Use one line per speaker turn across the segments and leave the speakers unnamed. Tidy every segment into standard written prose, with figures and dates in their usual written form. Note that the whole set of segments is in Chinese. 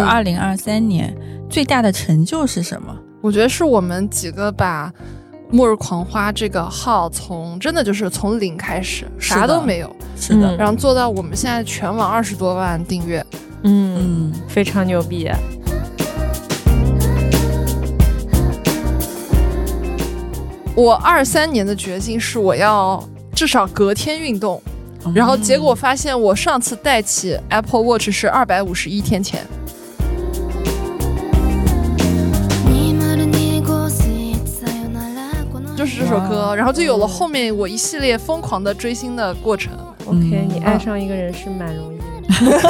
的2023年最大的成就是什么？
我觉得是我们几个把末日狂花这个号真的就是从零开始，啥都没有，
是的，
然后做到我们现在全网20多万订阅，
非常牛逼。
我23年的决心是我要至少隔天运动，然后结果发现我上次带起 Apple Watch 是251天前。就是这首歌，然后就有了后面我一系列疯狂的追星的过程。
OK， 你爱上一个人是蛮容易的。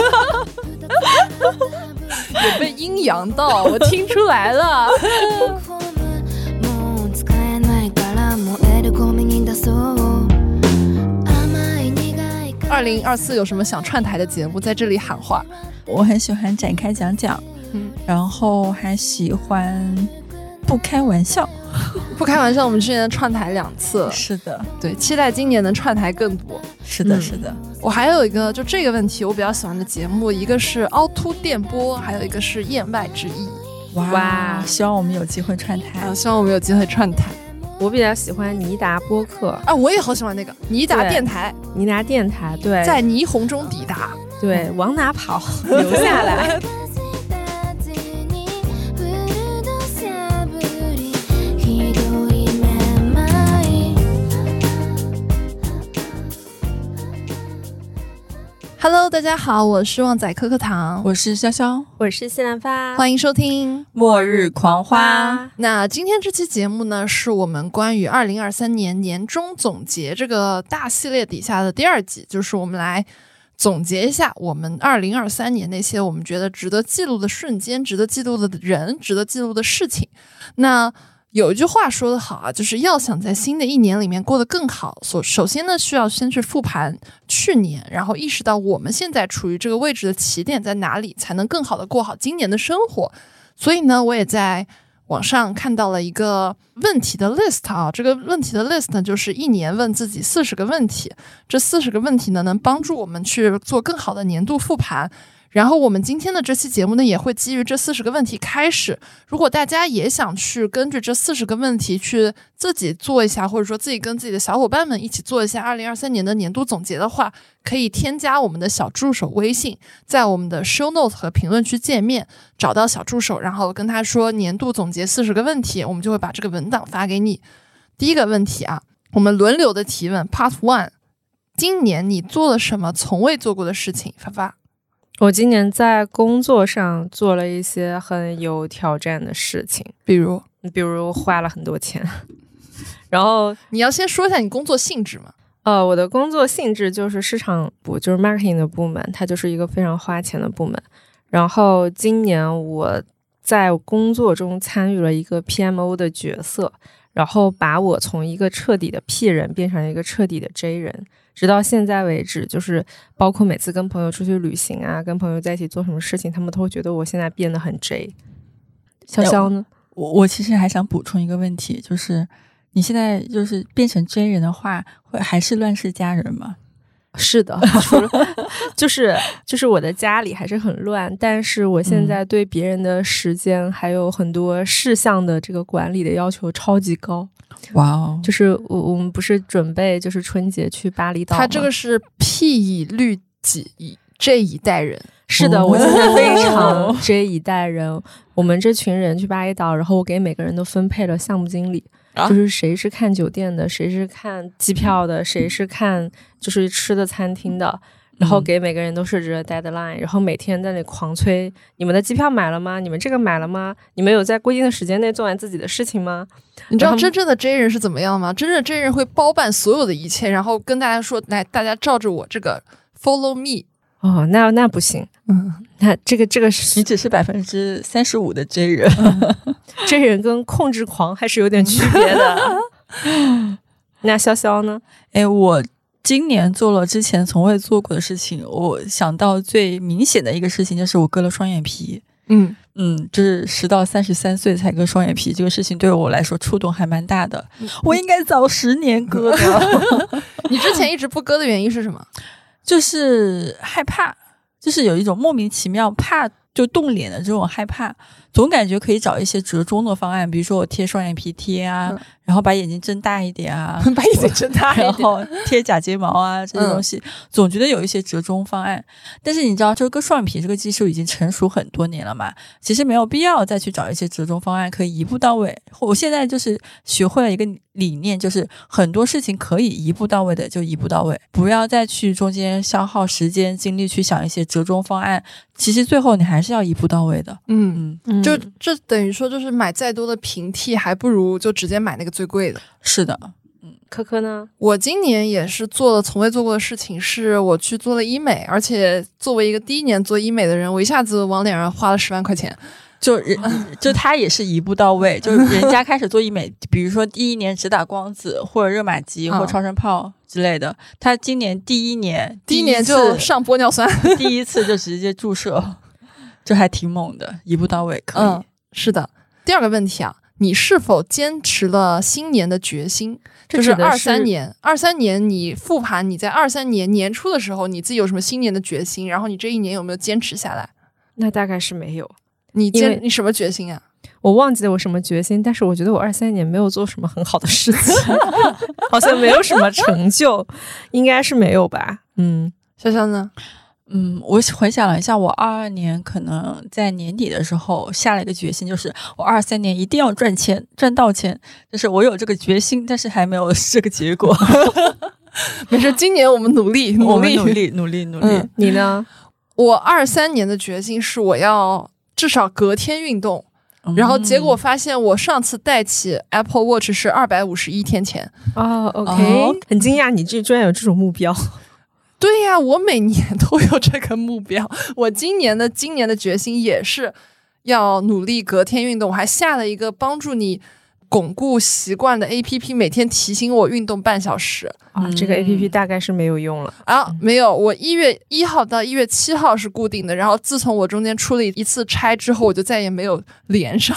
有被阴阳到，我听出来了。2024有什么想串台的节目在这里喊话？
我很喜欢展开讲讲，然后还喜欢不开玩笑。
不开玩笑，我们之前串台2次。
是的，
对，期待今年能串台更多。
是的，是的。
我还有一个就这个问题我比较喜欢的节目，一个是凹凸电波，还有一个是言外之意。
哇，希望我们有机会串台。
希望我们有机会串台。
我比较喜欢尼达播客
啊，我也好喜欢那个尼达电台。
尼达电台，对，
在霓虹中抵达，
对，往哪跑？留下来。
Hello， 大家好，我是旺仔可可糖，
我是潇潇，
我是西兰花，
欢迎收听
末日狂花。
那今天这期节目呢，是我们关于2023年年终总结这个大系列底下的第2集，就是我们来总结一下我们2023年那些我们觉得值得记录的瞬间，值得记录的人，值得记录的事情。那有一句话说得好啊，就是要想在新的一年里面过得更好，首先呢需要先去复盘去年，然后意识到我们现在处于这个位置的起点在哪里，才能更好的过好今年的生活。所以呢，我也在网上看到了一个问题的 list 啊，这个问题的 list 呢，就是一年问自己40个问题，这40个问题呢，能帮助我们去做更好的年度复盘。然后我们今天的这期节目呢，也会基于这40个问题开始。如果大家也想去根据这40个问题去自己做一下，或者说自己跟自己的小伙伴们一起做一下2023年的年度总结的话，可以添加我们的小助手微信，在我们的 show note 和评论区界面找到小助手，然后跟他说年度总结40个问题，我们就会把这个文档发给你。第一个问题啊，我们轮流的提问 Part 1， 今年你做了什么从未做过的事情？发发。
我今年在工作上做了一些很有挑战的事情，比如花了很多钱。然后
你要先说一下你工作性质吗？
我的工作性质就是市场部，就是 marketing 的部门，它就是一个非常花钱的部门。然后今年我在工作中参与了一个 PMO 的角色，然后把我从一个彻底的 P 人变成一个彻底的 J 人。直到现在为止，就是包括每次跟朋友出去旅行啊，跟朋友在一起做什么事情，他们都会觉得我现在变得很 J。 潇潇呢？
我其实还想补充一个问题，就是你现在就是变成 J 人的话，还是乱世佳人吗？
是的，就是我的家里还是很乱，但是我现在对别人的时间还有很多事项的这个管理的要求超级高。
哇哦！
就是我们不是准备就是春节去巴厘岛吗？
他这个是 P 以律己以 J 以待人。
是的，我现在非常 J 以待人。我们这群人去巴厘岛，然后我给每个人都分配了项目经理。就是谁是看酒店的，谁是看机票的，谁是看就是吃的餐厅的，然后给每个人都设置了 deadline， 然后每天在那里狂催，你们的机票买了吗？你们这个买了吗？你们有在规定的时间内做完自己的事情吗？
你知道真正的 J 人是怎么样吗？真正的 J 人会包办所有的一切，然后跟大家说，来，大家照着我这个 follow me。
哦，那不行。那这个是
你只是35%的 J 人。
J 人跟控制狂还是有点区别的。那潇潇呢？
我今年做了之前从未做过的事情。我想到最明显的一个事情就是我割了双眼皮。就是10到33岁才割双眼皮，这个事情对我来说触动还蛮大的。我应该早10年割的。
你之前一直不割的原因是什么？
就是害怕，就是有一种莫名其妙怕就动脸的这种害怕，总感觉可以找一些折中的方案，比如说我贴双眼皮贴啊，然后把眼睛睁大一点啊，
把眼睛睁大一点，
然后贴假睫毛啊这些东西，总觉得有一些折中方案。但是你知道这个双眼皮这个技术已经成熟很多年了嘛，其实没有必要再去找一些折中方案，可以一步到位。我现在就是学会了一个理念，就是很多事情可以一步到位的就一步到位，不要再去中间消耗时间精力去想一些折中方案，其实最后你还是要一步到位的。
就这等于说就是买再多的平替还不如就直接买那个最贵的。
是的。
科科呢？
我今年也是做了从未做过的事情，是我去做了医美，而且作为一个第一年做医美的人，我一下子往脸上花了10万块钱。
就他也是一步到位，就是人家开始做医美，比如说第一年只打光子或者热玛吉或超声炮之类的，他今年第一年
就上玻尿酸，
第一次就直接注射，就还挺猛的，一步到位可以。
是的。第二个问题啊，你是否坚持了新年的决心？就是23年你复盘你在23年年初的时候你自己有什么新年的决心，然后你这一年有没有坚持下来？
那大概是没有。
你什么决心啊？
我忘记了我什么决心，但是我觉得我23年没有做什么很好的事情好像没有什么成就应该是没有吧。
潇潇呢？
我回想了一下，我22年可能在年底的时候下了一个决心，就是我23年一定要赚钱，赚到钱，就是我有这个决心，但是还没有这个结果
没事，今年我们努力。
你呢？
我23年的决心是我要至少隔天运动，然后结果发现我上次戴起 Apple Watch 是251天前。
OK，很惊讶你居然有这种目标。
对呀，我每年都有这个目标。我今年的决心也是要努力隔天运动，我还下了一个帮助你巩固习惯的 APP， 每天提醒我运动半小时。
这个 APP 大概是没有用了
没有，我1月1号到1月7号是固定的，然后自从我中间出了一次差之后，我就再也没有连上。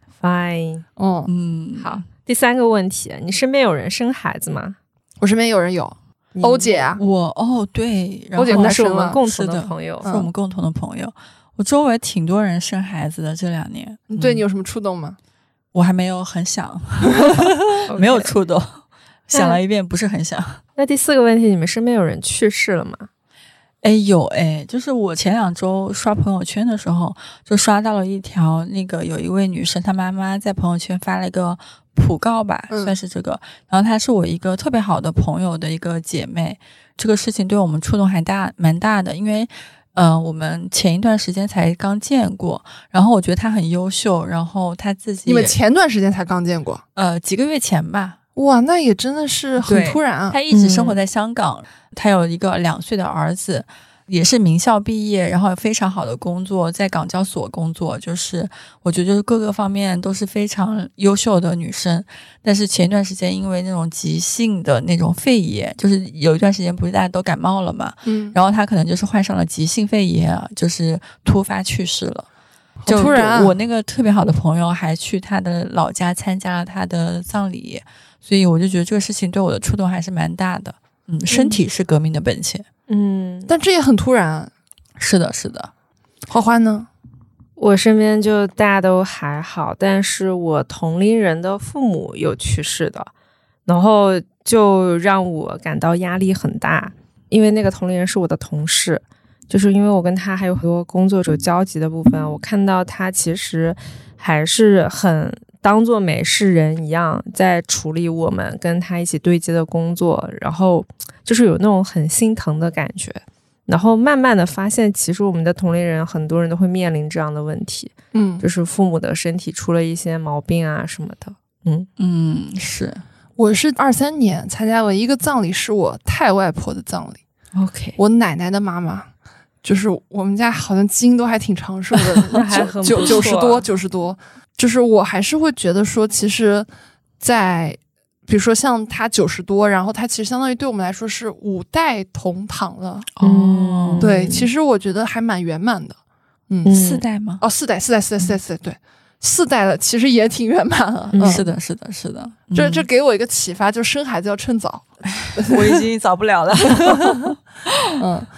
Fine。好。第3个问题，你身边有人生孩子吗？
我身边有人有。欧姐啊，
对，
欧姐
是我们共同的朋友，
是我们共同的朋友。我周围挺多人生孩子的这2年。
对你有什么触动吗？
我还没有很想没有触动，想了一遍不是很想。
那第4个问题，你们身边有人去世了吗？
有就是我前2周刷朋友圈的时候，就刷到了一条，那个有一位女生，她妈妈在朋友圈发了一个讣告吧，算是这个。然后她是我一个特别好的朋友的一个姐妹，这个事情对我们触动还蛮大的，因为我们前一段时间才刚见过，然后我觉得她很优秀，然后她自己
你们前段时间才刚见过？
几个月前吧。
哇，那也真的是很突然啊！
她一直生活在香港，她有一个2岁的儿子，也是名校毕业，然后有非常好的工作，在港交所工作，就是我觉得就是各个方面都是非常优秀的女生。但是前一段时间因为那种急性的那种肺炎，就是有一段时间不是大家都感冒了嘛，然后她可能就是患上了急性肺炎，就是突发去世了。
好突然
我那个特别好的朋友还去她的老家参加了她的葬礼，所以我就觉得这个事情对我的触动还是蛮大的。身体是革命的本钱。
但这也很突然。
是的。
花花呢？
我身边就大家都还好，但是我同龄人的父母有去世的，然后就让我感到压力很大，因为那个同龄人是我的同事，就是因为我跟他还有很多工作有交集的部分，我看到他其实还是很当作美式人一样在处理我们跟他一起对接的工作，然后就是有那种很心疼的感觉。然后慢慢的发现，其实我们的同龄人很多人都会面临这样的问题，就是父母的身体出了一些毛病啊什么的。
是。
我是23年参加了一个葬礼，是我太外婆的葬礼。
OK，
我奶奶的妈妈，就是我们家好像基因都还挺长寿的，90多。就是我还是会觉得说，其实在比如说像他90多，然后他其实相当于对我们来说是5代同堂了。对，其实我觉得还蛮圆满的。
4代吗
？4代，对，4代了，其实也挺圆满了。
是的。
这给我一个启发，就生孩子要趁早。
我已经早不了了。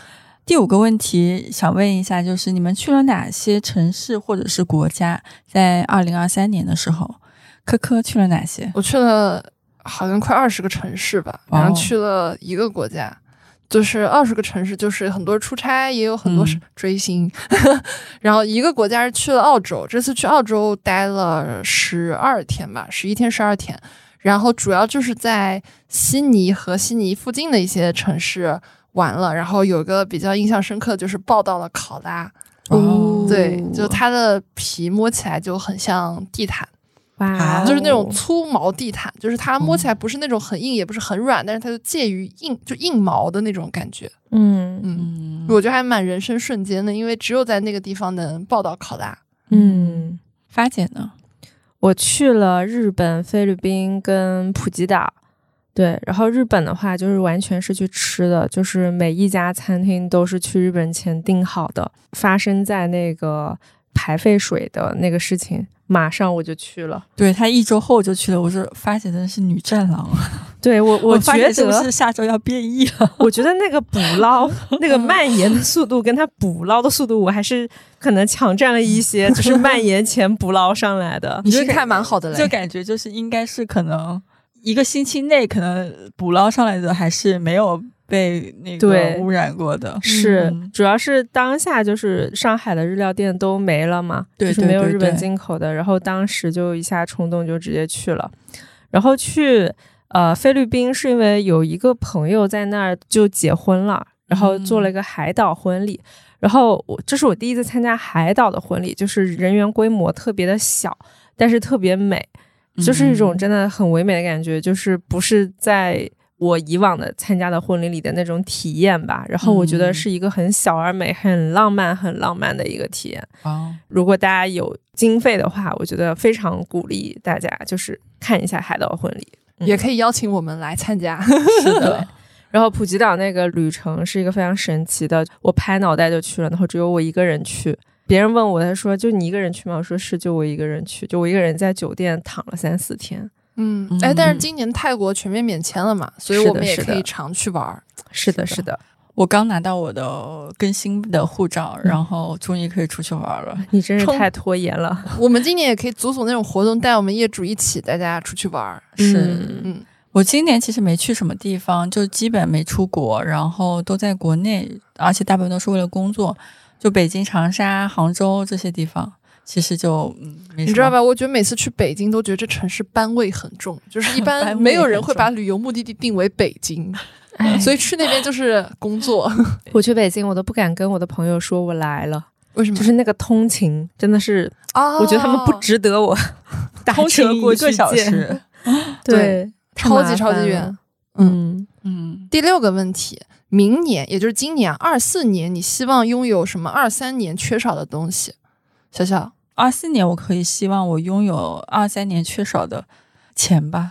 第5个问题想问一下，就是你们去了哪些城市或者是国家？在2023年的时候，科科去了哪些？
我去了好像快20个城市吧，然后去了1个国家，就是20个城市，就是很多出差，也有很多追星。然后1个国家是去了澳洲，这次去澳洲待了12天吧，11天12天。然后主要就是在悉尼和悉尼附近的一些城市玩了，然后有个比较印象深刻就是抱到了考拉。对，就它的皮摸起来就很像地毯。
哇，
就是那种粗毛地毯，就是它摸起来不是那种很硬，也不是很软，但是它就介于硬毛的那种感觉。我觉得还蛮人生瞬间的，因为只有在那个地方能抱到考拉。
发姐呢？
我去了日本、菲律宾跟普吉岛。对，然后日本的话就是完全是去吃的，就是每一家餐厅都是去日本前订好的。发生在那个排废水的那个事情，马上我就去了。
对，他1周后就去了。我说发姐真的是女战狼啊！
对，我觉得
是不是下周要变异了？
我觉得那个捕捞那个蔓延的速度跟他捕捞的速度，我还是可能抢占了一些，就是蔓延前捕捞上来的。
你心态蛮好的嘞，
就感觉就是应该是可能1个星期内可能捕捞上来的还是没有被那个污染过的。
是，主要是当下就是上海的日料店都没了嘛，
对，
就是没有日本进口的，然后当时就一下冲动就直接去了。然后去菲律宾是因为有一个朋友在那儿就结婚了，然后做了一个海岛婚礼。然后这是我第一次参加海岛的婚礼，就是人员规模特别的小，但是特别美，就是一种真的很唯美的感觉，就是不是在我以往的参加的婚礼里的那种体验吧。然后我觉得是一个很小而美、很浪漫的一个体验。如果大家有经费的话，我觉得非常鼓励大家就是看一下海岛婚礼，
也可以邀请我们来参加。
是的。然后普吉岛那个旅程是一个非常神奇的，我拍脑袋就去了，然后只有我一个人去。别人问我，他说就你一个人去吗？我说是，就我一个人去，就我一个人在酒店躺了3-4天。
但是今年泰国全面免签了嘛，所以我们也可以常去玩。
是的，是的。
我刚拿到我的更新的护照，然后终于可以出去玩了。
你真是太拖延了。
我们今年也可以组那种活动，带我们业主一起大家出去玩。
我今年其实没去什么地方，就基本没出国，然后都在国内，而且大部分都是为了工作，就北京、长沙、杭州这些地方。其实就没什么。
你知道吧？我觉得每次去北京都觉得这城市班味很重，就是一般没有人会把旅游目的地定为北京，所以去那边就是工作。
我去北京，我都不敢跟我的朋友说我来了。
为什么？
就是那个通勤真的是，我觉得他们不值得我打车过去
1个小时。
对，
超级远。第6个问题，明年也就是今年24年，你希望拥有什么23年缺少的东西？小小
，24年我可以希望我拥有23年缺少的钱吧。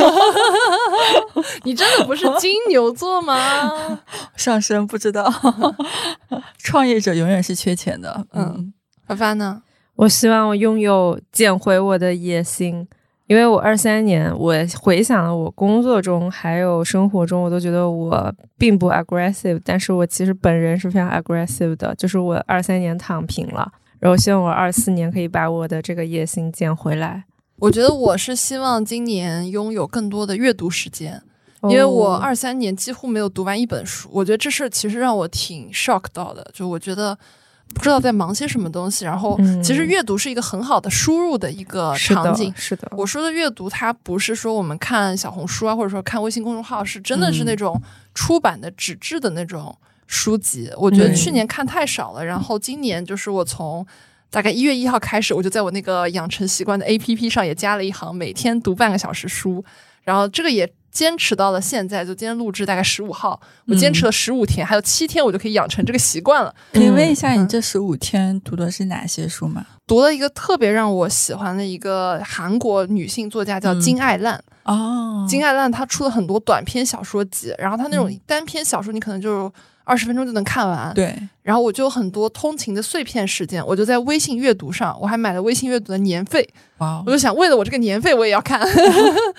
你真的不是金牛座吗？
上升不知道。创业者永远是缺钱的。
发发呢？
我希望我拥有捡回我的野心，因为我23年我回想了我工作中还有生活中，我都觉得我并不 aggressive， 但是我其实本人是非常 aggressive 的，就是我23年躺平了，然后希望我24年可以把我的这个野心捡回来。
我觉得我是希望今年拥有更多的阅读时间，因为我23年几乎没有读完一本书，我觉得这事其实让我挺 shock 到的，就我觉得不知道在忙些什么东西，然后其实阅读是一个很好的输入的一个场景。
是的，
我说的阅读它不是说我们看小红书啊，或者说看微信公众号，是真的是那种出版的纸质的那种书籍。我觉得去年看太少了，然后今年就是我从大概1月1号开始，我就在我那个养成习惯的 APP 上也加了一行每天读半个小时书，然后这个也坚持到了现在，就今天录制大概15号，我坚持了15天，还有7天我就可以养成这个习惯了。
可以问一下你这15天读的是哪些书吗？
读了一个特别让我喜欢的一个韩国女性作家叫金爱烂。金爱烂她出了很多短篇小说集，然后她那种单篇小说你可能就20分钟就能看完。
对，
然后我就有很多通勤的碎片时间，我就在微信阅读上，我还买了微信阅读的年费。我就想为了我这个年费我也要看。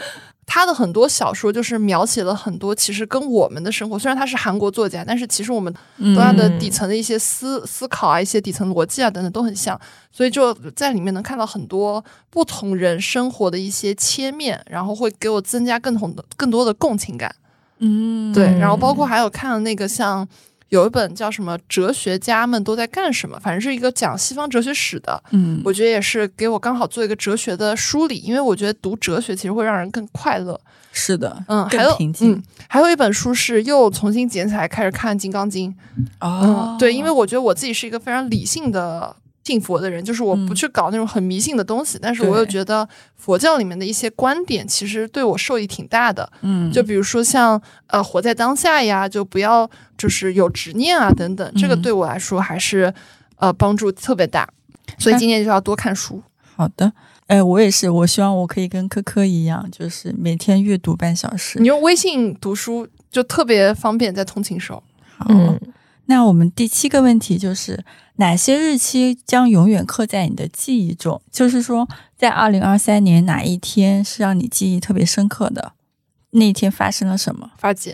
他的很多小说就是描写了很多其实跟我们的生活，虽然他是韩国作家，但是其实我们对他的底层的一些思考啊，一些底层逻辑啊等等都很像，所以就在里面能看到很多不同人生活的一些切面，然后会给我增加更多的共情感。对，然后包括还有看了那个像有一本叫什么哲学家们都在干什么，反正是一个讲西方哲学史的，我觉得也是给我刚好做一个哲学的梳理，因为我觉得读哲学其实会让人更快乐。
是的，
更
平静。
还有一本书是又重新捡起来开始看《金刚经》。对，因为我觉得我自己是一个非常理性的信佛的人，就是我不去搞那种很迷信的东西，但是我又觉得佛教里面的一些观点其实对我受益挺大的。就比如说像活在当下呀，就不要就是有执念啊等等，这个对我来说还是帮助特别大，所以今年就要多看书。
好的。我也是，我希望我可以跟科科一样，就是每天阅读半小时。
你用微信读书就特别方便，在通勤时候。
那我们第7个问题就是哪些日期将永远刻在你的记忆中？就是说在2023年哪一天是让你记忆特别深刻的？那一天发生了什么？
发姐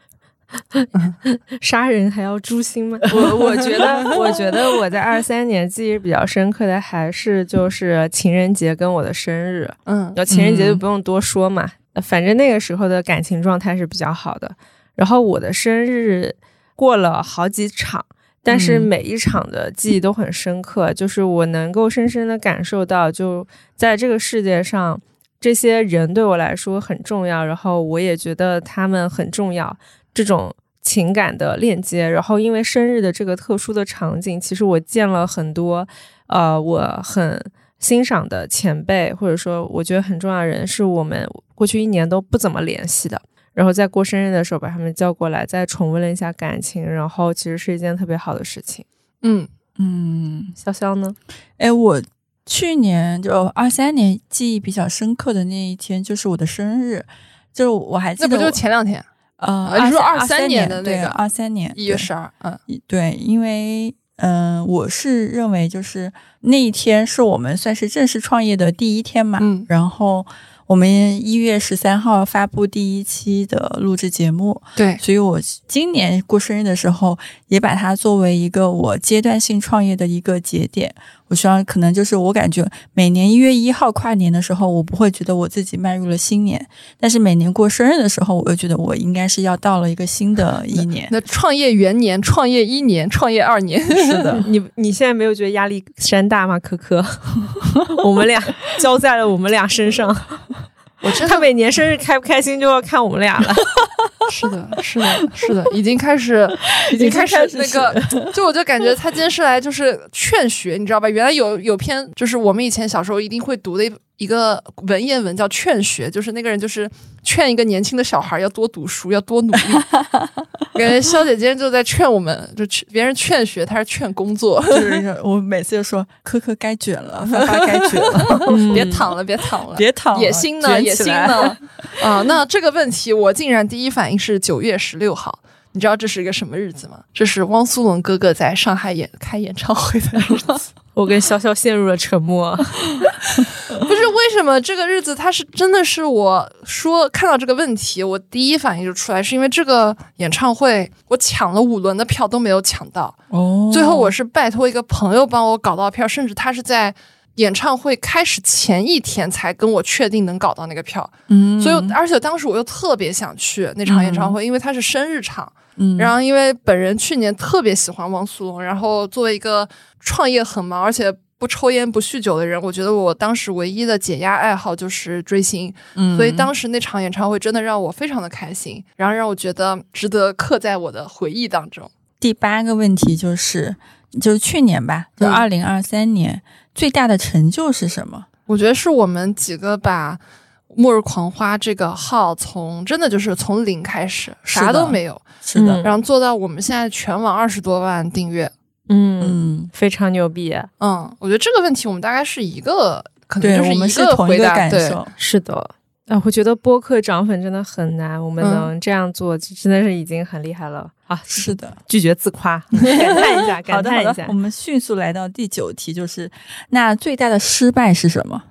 杀人还要诛心吗？我觉得我在23年记忆比较深刻的还是就是情人节跟我的生日。情人节就不用多说嘛，反正那个时候的感情状态是比较好的。然后我的生日过了好几场，但是每一场的记忆都很深刻，就是我能够深深的感受到，就在这个世界上这些人对我来说很重要，然后我也觉得他们很重要，这种情感的链接。然后因为生日的这个特殊的场景，其实我见了很多我很欣赏的前辈，或者说我觉得很重要的人，是我们过去1年都不怎么联系的，然后在过生日的时候把他们叫过来，再重温了一下感情，然后其实是一件特别好的事情。潇潇呢？
我去年就23年记忆比较深刻的那一天就是我的生日，就我还记得。
那不就是前2天？你说23年的那个
23年
1月12。
对，因为我是认为就是那一天是我们算是正式创业的第1天嘛，然后我们1月13号发布第1期的录制节目，
对，
所以我今年过生日的时候也把它作为一个我阶段性创业的一个节点。我希望可能就是我感觉每年1月1号跨年的时候，我不会觉得我自己迈入了新年，但是每年过生日的时候，我又觉得我应该是要到了一个新的1年。
那创业元年、创业1年、创业2年，
是的。
你现在没有觉得压力山大吗？科科，我们俩交在了我们俩身上。我觉得他每年生日开不开心就要看我们俩了。
是的，已经开始那个，就我就感觉他今天是来就是劝学，你知道吧？原来有篇就是我们以前小时候一定会读的一个文言文叫劝学，就是那个人就是劝一个年轻的小孩要多读书，要多努力。感觉肖姐今天就在劝我们，就别人劝学，他是劝工作。
就是我每次就说科科该卷了，发该卷了，
别躺了，野心呢？那这个问题我竟然第一反应是9月16号。你知道这是一个什么日子吗？这是汪苏泷哥哥在上海开演唱会的日子。
我跟潇潇陷入了沉默。
不是，为什么这个日子它是真的是我说看到这个问题我第一反应就出来，是因为这个演唱会我抢了5轮的票都没有抢到。最后我是拜托一个朋友帮我搞到票，甚至他是在演唱会开始前1天才跟我确定能搞到那个票。所以而且当时我又特别想去那场演唱会，因为它是生日场。然后因为本人去年特别喜欢汪苏泷，然后作为一个创业很忙而且不抽烟不酗酒的人，我觉得我当时唯一的解压爱好就是追星。所以当时那场演唱会真的让我非常的开心，然后让我觉得值得刻在我的回忆当中。
第8个问题就是去年吧，就2023年最大的成就是什么？
我觉得是我们几个把末日狂花这个号真的就是从0开始，啥都没有，
是的，
然后做到我们现在全网20多万订阅。
非常牛逼。
我觉得这个问题我们大概是可能就是一个回答。
感受。
是的。我觉得播客涨粉真的很难，我们能这样做真的是已经很厉害了啊！
是的，
拒绝自夸，感叹一下，感叹一下。
我们迅速来到第9题，就是那最大的失败是什么？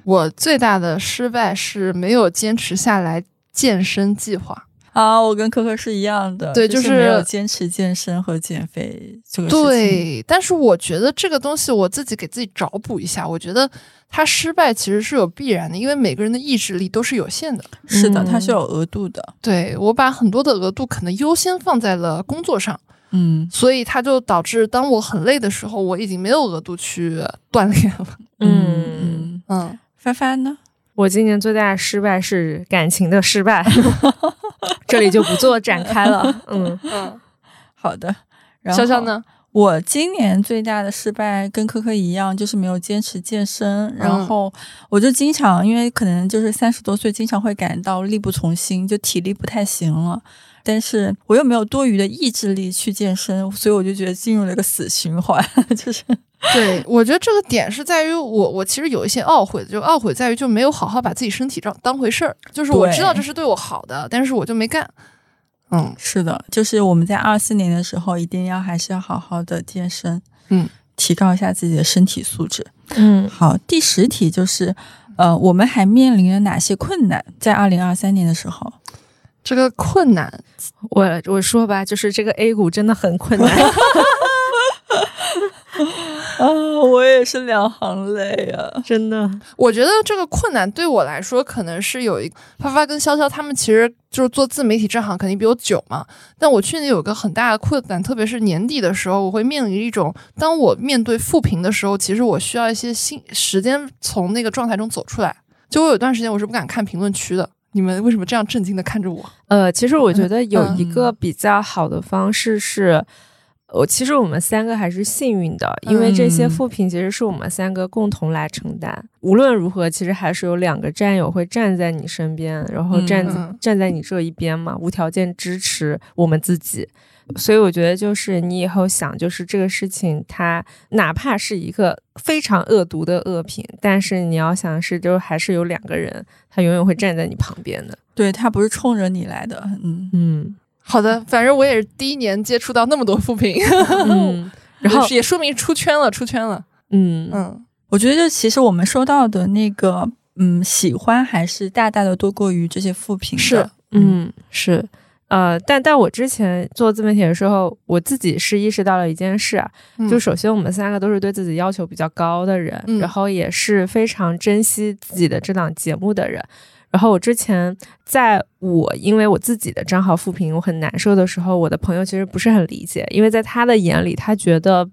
我最大的失败是没有坚持下来健身计划。
我跟可可是一样的，
对，就是
没有坚持健身和减肥这个事情。
对，但是我觉得这个东西我自己给自己找补一下，我觉得它失败其实是有必然的，因为每个人的意志力都是有限的。
是的，它是有额度的。
对，我把很多的额度可能优先放在了工作上，所以它就导致当我很累的时候，我已经没有额度去锻炼了。
帆帆呢？
我今年最大的失败是感情的失败，这里就不做展开了。
好的。
潇潇呢？
我今年最大的失败跟可可一样，就是没有坚持健身。然后我就经常，因为可能就是30多岁，经常会感到力不从心，就体力不太行了。但是我又没有多余的意志力去健身，所以我就觉得进入了一个死循环，就是。
对，我觉得这个点是在于我其实有一些懊悔的，就懊悔在于就没有好好把自己身体当回事儿，就是我知道这是对我好的，但是我就没干。
是的，就是我们在24年的时候一定要还是要好好的健身，提高一下自己的身体素质。好，第10题就是我们还面临了哪些困难在2023年的时候？
这个困难
我说吧，就是这个 A 股真的很困难。
我也是2行泪啊，
真的。
我觉得这个困难对我来说可能是有一个发发跟潇潇他们其实就是做自媒体这行肯定比我久嘛，但我去年有个很大的困难，特别是年底的时候，我会面临一种当我面对负评的时候，其实我需要一些时间从那个状态中走出来。就我有段时间我是不敢看评论区的，你们为什么这样震惊的看着我？
其实我觉得有一个比较好的方式是其实我们3个还是幸运的，因为这些负评其实是我们3个共同来承担。无论如何，其实还是有2个战友会站在你身边，然后站在你这一边嘛，无条件支持我们自己。所以我觉得就是你以后想，就是这个事情它哪怕是一个非常恶毒的恶评，但是你要想是就还是有2个人他永远会站在你旁边的。
对，他不是冲着你来的。
好的，反正我也是第1年接触到那么多负评，然后也说明出圈了。
我觉得就其实我们收到的那个喜欢还是大大的多过于这些负评的。
是但我之前做自媒体的时候，我自己是意识到了一件事就首先我们3个都是对自己要求比较高的人，然后也是非常珍惜自己的这档节目的人。然后我之前因为我自己的账号负评我很难受的时候，我的朋友其实不是很理解，因为在他的眼里，他觉得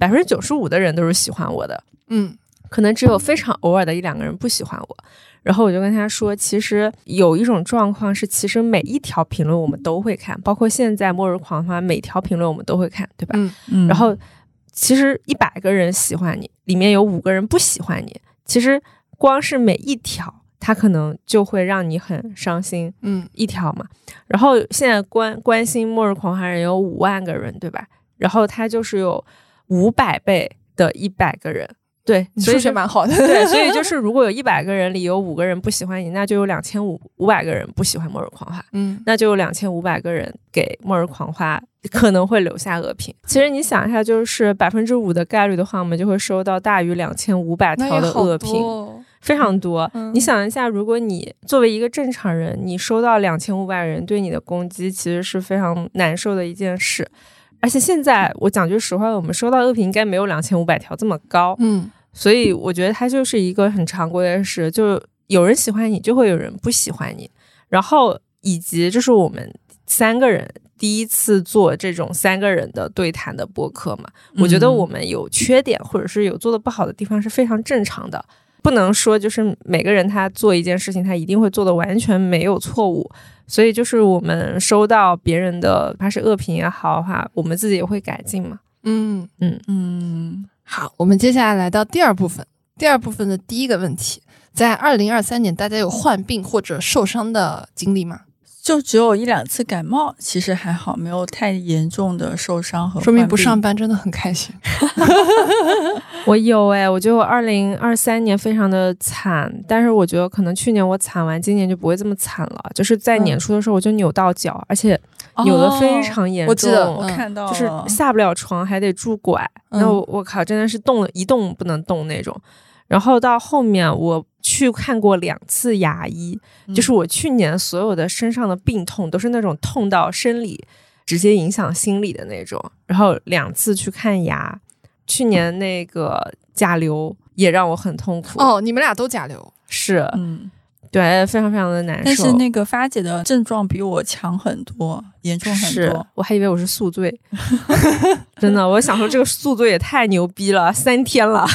95%的人都是喜欢我的，可能只有非常偶尔的1-2个人不喜欢我。然后我就跟他说，其实有一种状况是，其实每一条评论我们都会看，包括现在末日狂欢每条评论我们都会看，对吧？然后其实100个人喜欢你，里面有5个人不喜欢你，其实光是每一条他可能就会让你很伤心，一条嘛。然后现在关心末日狂欢人有5万个人，对吧？然后他就是有500倍的100个人，对，
数学蛮好的。
对，所以就是如果有100个人里有5个人不喜欢你，那就有2500个人不喜欢末日狂欢，那就有2500个人给末日狂欢可能会留下恶评。其实你想一下，就是5%的概率的话，我们就会收到大于2500条的恶评，非常多。你想一下，如果你作为一个正常人，你收到2500人对你的攻击，其实是非常难受的一件事。而且现在我讲句实话，我们收到恶评应该没有2500条这么高，所以我觉得它就是一个很常规的事，就有人喜欢你，就会有人不喜欢你。然后以及就是我们3个人第一次做这种3个人的对谈的播客嘛，我觉得我们有缺点或者是有做的不好的地方是非常正常的，不能说就是每个人他做一件事情他一定会做的完全没有错误。所以就是我们收到别人的他是恶评也好的话，我们自己也会改进嘛。
好，我们接下来来到第2部分。第2部分的第1个问题，在2023年大家有患病或者受伤的经历吗？
就只有1-2次感冒，其实还好，没有太严重的受伤和患病。
说明不上班真的很开心。
我有我觉得我2023年非常的惨，但是我觉得可能去年我惨完，今年就不会这么惨了。就是在年初的时候我就扭到脚，而且扭得非常严重，
我记得我看到了，
就是下不了床还得拄拐，那我靠真的是一动不能动那种。 然后到后面我去看过2次牙医，就是我去年所有的身上的病痛都是那种痛到生理直接影响心理的那种，然后2次去看牙。去年那个甲流也让我很痛苦。
哦，你们俩都甲流？
是，对，非常非常的难受。
但是那个发姐的症状比我强很多，严重很多。
我还以为我是宿醉，真的，我想说这个宿醉也太牛逼了，3天了。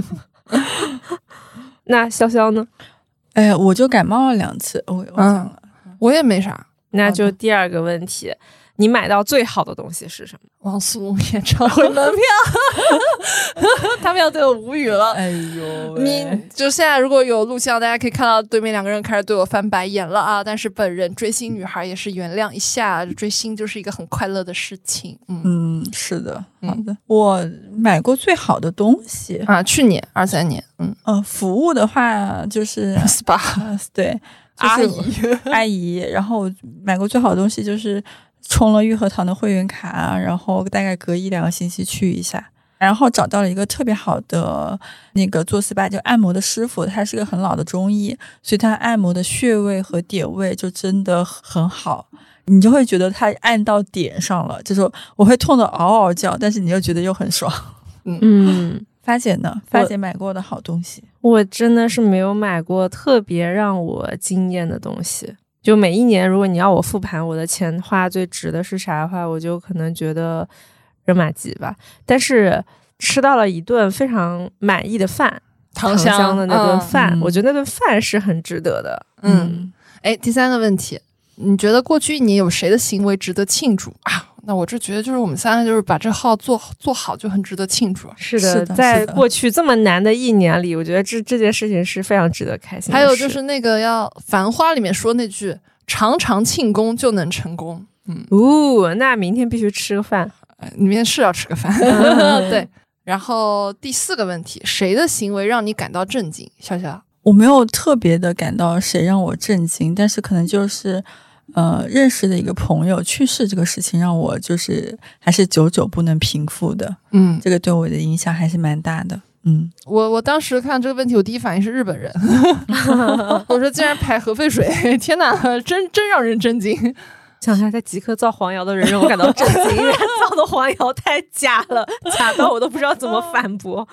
那潇潇呢？
哎呀，我就感冒了2次，我讲了，
我也没啥。
那就第2个问题，你买到最好的东西是什么？
王思聪演唱会门票。他们要对我无语了。
哎呦，
你就现在如果有录像，大家可以看到对面2个人开始对我翻白眼了啊！但是本人追星女孩也是原谅一下，追星就是一个很快乐的事情。
是的，好的。我买过最好的东西
啊，去年23年，
服务的话就是
SPA，
对，阿姨。然后我买过最好的东西就是充了玉和堂的会员卡，然后大概隔1-2个星期去一下，然后找到了一个特别好的那个做 SPA 就按摩的师傅，他是个很老的中医，所以他按摩的穴位和点位就真的很好，你就会觉得他按到点上了，就是我会痛得嗷嗷叫，但是你又觉得又很爽。发姐呢？发姐买过的好东西？
我真的是没有买过特别让我惊艳的东西。就每一年如果你要我复盘我的钱花最值的是啥的话，我就可能觉得热玛吉吧。但是吃到了一顿非常满意的饭，糖香的那顿饭，我觉得那顿饭是很值得的。
第3个问题，你觉得过去1年有谁的行为值得庆祝啊？那我这觉得就是我们3个就是把这号做好就很值得庆祝。
是的，在过去这么难的1年里，我觉得这件事情是非常值得开心的。
还有就是那个《繁花》里面说那句常常庆功就能成功。
那明天必须吃个饭。
明天是要吃个饭。对。然后第4个问题，谁的行为让你感到震惊？潇潇？
我没有特别的感到谁让我震惊，但是可能就是认识的一个朋友去世这个事情让我就是还是久久不能平复的。这个对我的影响还是蛮大的。
我当时看这个问题，我第一反应是日本人。我说竟然排核废水，天哪，真让人震惊。
想想在极客造黄谣的人让我感到震惊，因为他造的黄谣太假了，假到我都不知道怎么反驳。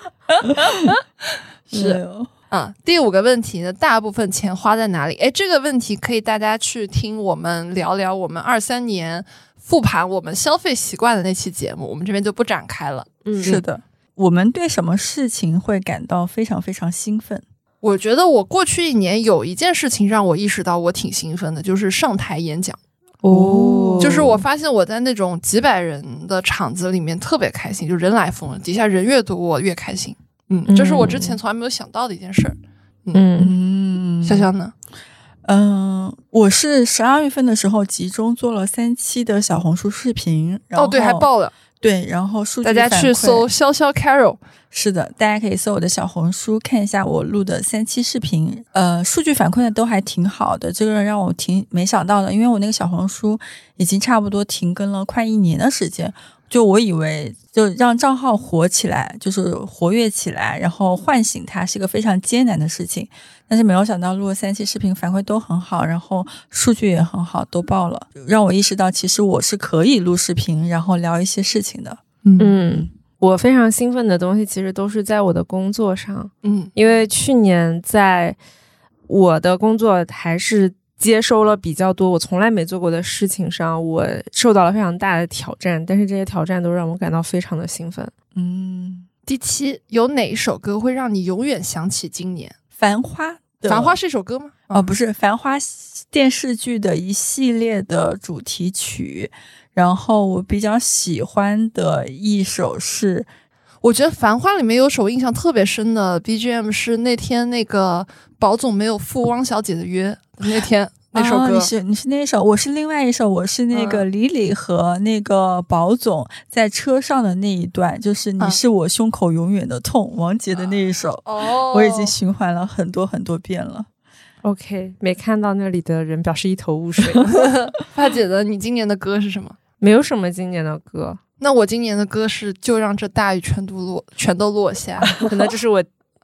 是。第5个问题呢，大部分钱花在哪里？这个问题可以大家去听我们聊聊我们23年复盘我们消费习惯的那期节目，我们这边就不展开了。
是的。我们对什么事情会感到非常非常兴奋？
我觉得我过去1年有一件事情让我意识到我挺兴奋的，就是上台演讲。就是我发现我在那种几百人的场子里面特别开心，就人来疯了，底下人越多我越开心。这是我之前从来没有想到的一件事儿。潇潇呢？
我是12月份的时候集中做了3期的小红书视频，然后
对，还爆了。
对，然后数据
大家去搜潇潇 Carol。
是的，大家可以搜我的小红书看一下我录的3期视频。数据反馈的都还挺好的，这个让我挺没想到的，因为我那个小红书已经差不多停更了快1年的时间。就我以为就让账号火起来，就是活跃起来，然后唤醒它是一个非常艰难的事情，但是没有想到录了3期视频反馈都很好，然后数据也很好，都爆了，让我意识到其实我是可以录视频然后聊一些事情的。
我非常兴奋的东西其实都是在我的工作上。因为去年在我的工作还是接收了比较多我从来没做过的事情上，我受到了非常大的挑战，但是这些挑战都让我感到非常的兴奋。
第7，有哪一首歌会让你永远想起今年？
繁花。
繁花是一首歌吗？
不是，繁花电视剧的一系列的主题曲。然后我比较喜欢的一首是，
我觉得繁花里面有首印象特别深的 BGM 是那天那个宝总没有赴汪小姐的约那天那首歌。
你是那首，我是另外一首，我是那个李李和那个宝总在车上的那一段，就是你是我胸口永远的痛，王杰的那一首。我已经循环了很多很多遍了。
OK， 没看到那里的人表示一头雾水。
发姐的，你今年的歌是什么？
没有什么今年的歌。
那我今年的歌是就让这大雨全都落下。
可能这是我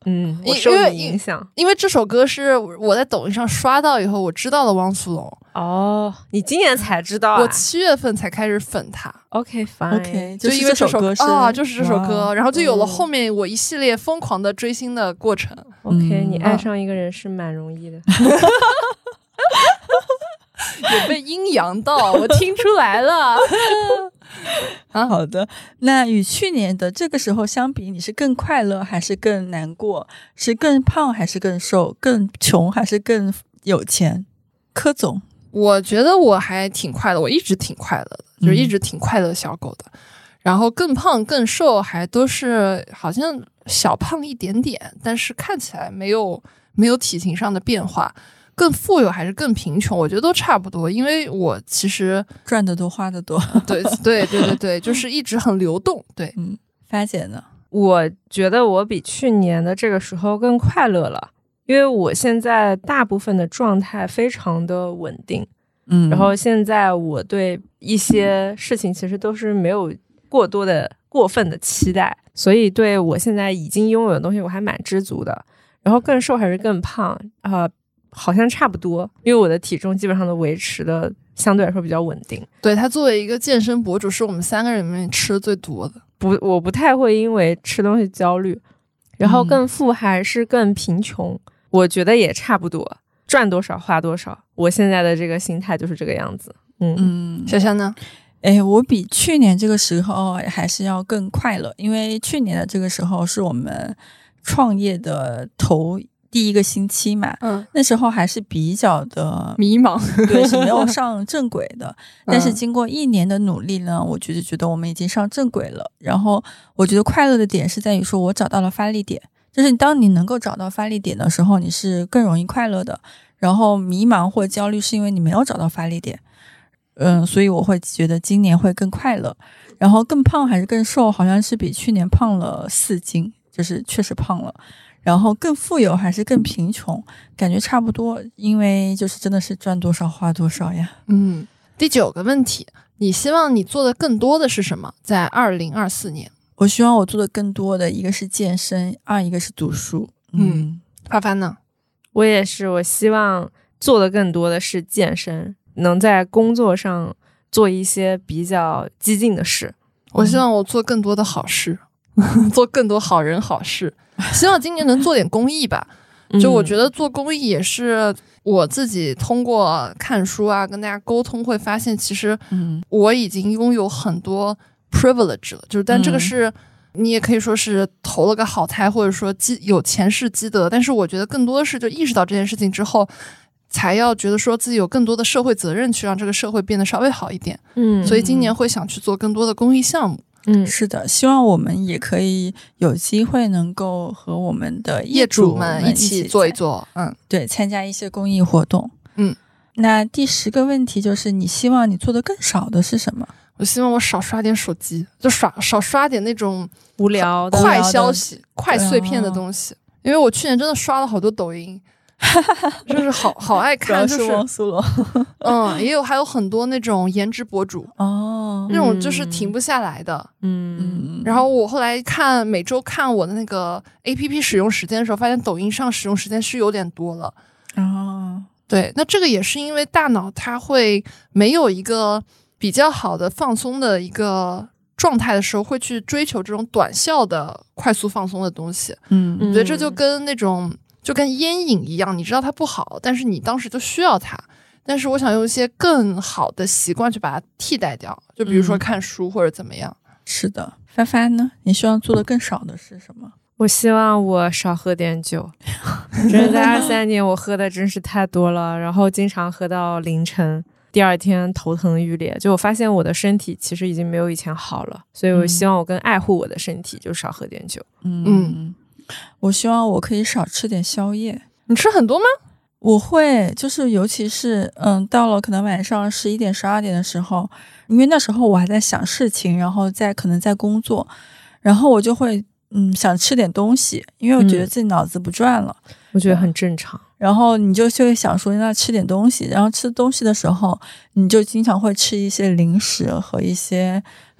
我受你影响，
因为这首歌是我在抖音上刷到以后，我知道了汪苏泷。
哦，你今年才知道啊？
我7月份才开始粉他。
OK fine，
OK，
就因为这首
歌
就是这首歌，然后就有了后面我一系列疯狂的追星的过程。
OK， 你爱上一个人是蛮容易的。
有被阴阳到，我听出来了。
好的，那与去年的这个时候相比，你是更快乐还是更难过？是更胖还是更瘦？更穷还是更有钱？柯总，
我觉得我还挺快乐，我一直挺快乐的，就是一直挺快乐的小狗的。然后更胖更瘦还都是好像小胖一点点，但是看起来没有体型上的变化。更富有还是更贫穷，我觉得都差不多，因为我其实
赚得多花得多。
对，就是一直很流动。对，
发姐呢？
我觉得我比去年的这个时候更快乐了，因为我现在大部分的状态非常的稳定，然后现在我对一些事情其实都是没有过分的期待，所以对我现在已经拥有的东西我还蛮知足的。然后更瘦还是更胖好像差不多，因为我的体重基本上都维持的相对来说比较稳定。
对，他作为一个健身博主，是我们3个人里面吃的最多的。
我不太会因为吃东西焦虑。然后更富还是更贫穷，我觉得也差不多，赚多少花多少。我现在的这个心态就是这个样子。
小香呢？
我比去年这个时候还是要更快乐，因为去年的这个时候是我们创业的第一个星期嘛，那时候还是比较的
迷茫，
对，是没有上正轨的。但是经过1年的努力呢，我觉得我们已经上正轨了。然后我觉得快乐的点是在于说我找到了发力点，就是当你能够找到发力点的时候，你是更容易快乐的。然后迷茫或焦虑是因为你没有找到发力点。所以我会觉得今年会更快乐。然后更胖还是更瘦，好像是比去年胖了4斤，就是确实胖了。然后更富有还是更贫穷，感觉差不多，因为就是真的是赚多少花多少呀。
第9个问题，你希望你做的更多的是什么？在2024年，
我希望我做的更多的一个是健身，2一个是读书。
发发呢？
我也是，我希望做的更多的是健身，能在工作上做一些比较激进的事。
我希望我做更多的好事，做更多好人好事。希望今年能做点公益吧。就我觉得做公益也是我自己通过看书啊跟大家沟通会发现，其实我已经拥有很多 privilege 了，就是但这个是你也可以说是投了个好胎，或者说有前世积德，但是我觉得更多的是就意识到这件事情之后，才要觉得说自己有更多的社会责任去让这个社会变得稍微好一点。所以今年会想去做更多的公益项目。
是的，希望我们也可以有机会能够和我们的业主们
一起做一做，
对，参加一些公益活动。那第10个问题就是你希望你做的更少的是什么？
我希望我少刷点手机，就少刷点那种
无聊的
快消息、快碎片的东西。因为我去年真的刷了好多抖音，就是好爱看，就是
汪苏泷，
还有很多那种颜值博主那种就是停不下来的。然后我后来每周看我的那个 APP 使用时间的时候，发现抖音上使用时间是有点多了。对，那这个也是因为大脑它会没有一个比较好的放松的一个状态的时候，会去追求这种短效的快速放松的东西。我觉得这就跟烟瘾一样，你知道它不好，但是你当时就需要它。但是我想用一些更好的习惯去把它替代掉，就比如说看书或者怎么样。
是的，发发呢？你希望做的更少的是什么？
我希望我少喝点酒。真的在23年我喝的真是太多了，然后经常喝到凌晨，第2天头疼欲裂。就我发现我的身体其实已经没有以前好了，所以我希望我更爱护我的身体，就少喝点酒。
我希望我可以少吃点宵夜。
你吃很多吗？
我会，就是尤其是到了可能晚上11点12点的时候，因为那时候我还在想事情，然后可能在工作，然后我就会想吃点东西，因为我觉得自己脑子不转了。
我觉得很正常。
然后你就会想说那吃点东西，然后吃东西的时候你就经常会吃一些零食和一些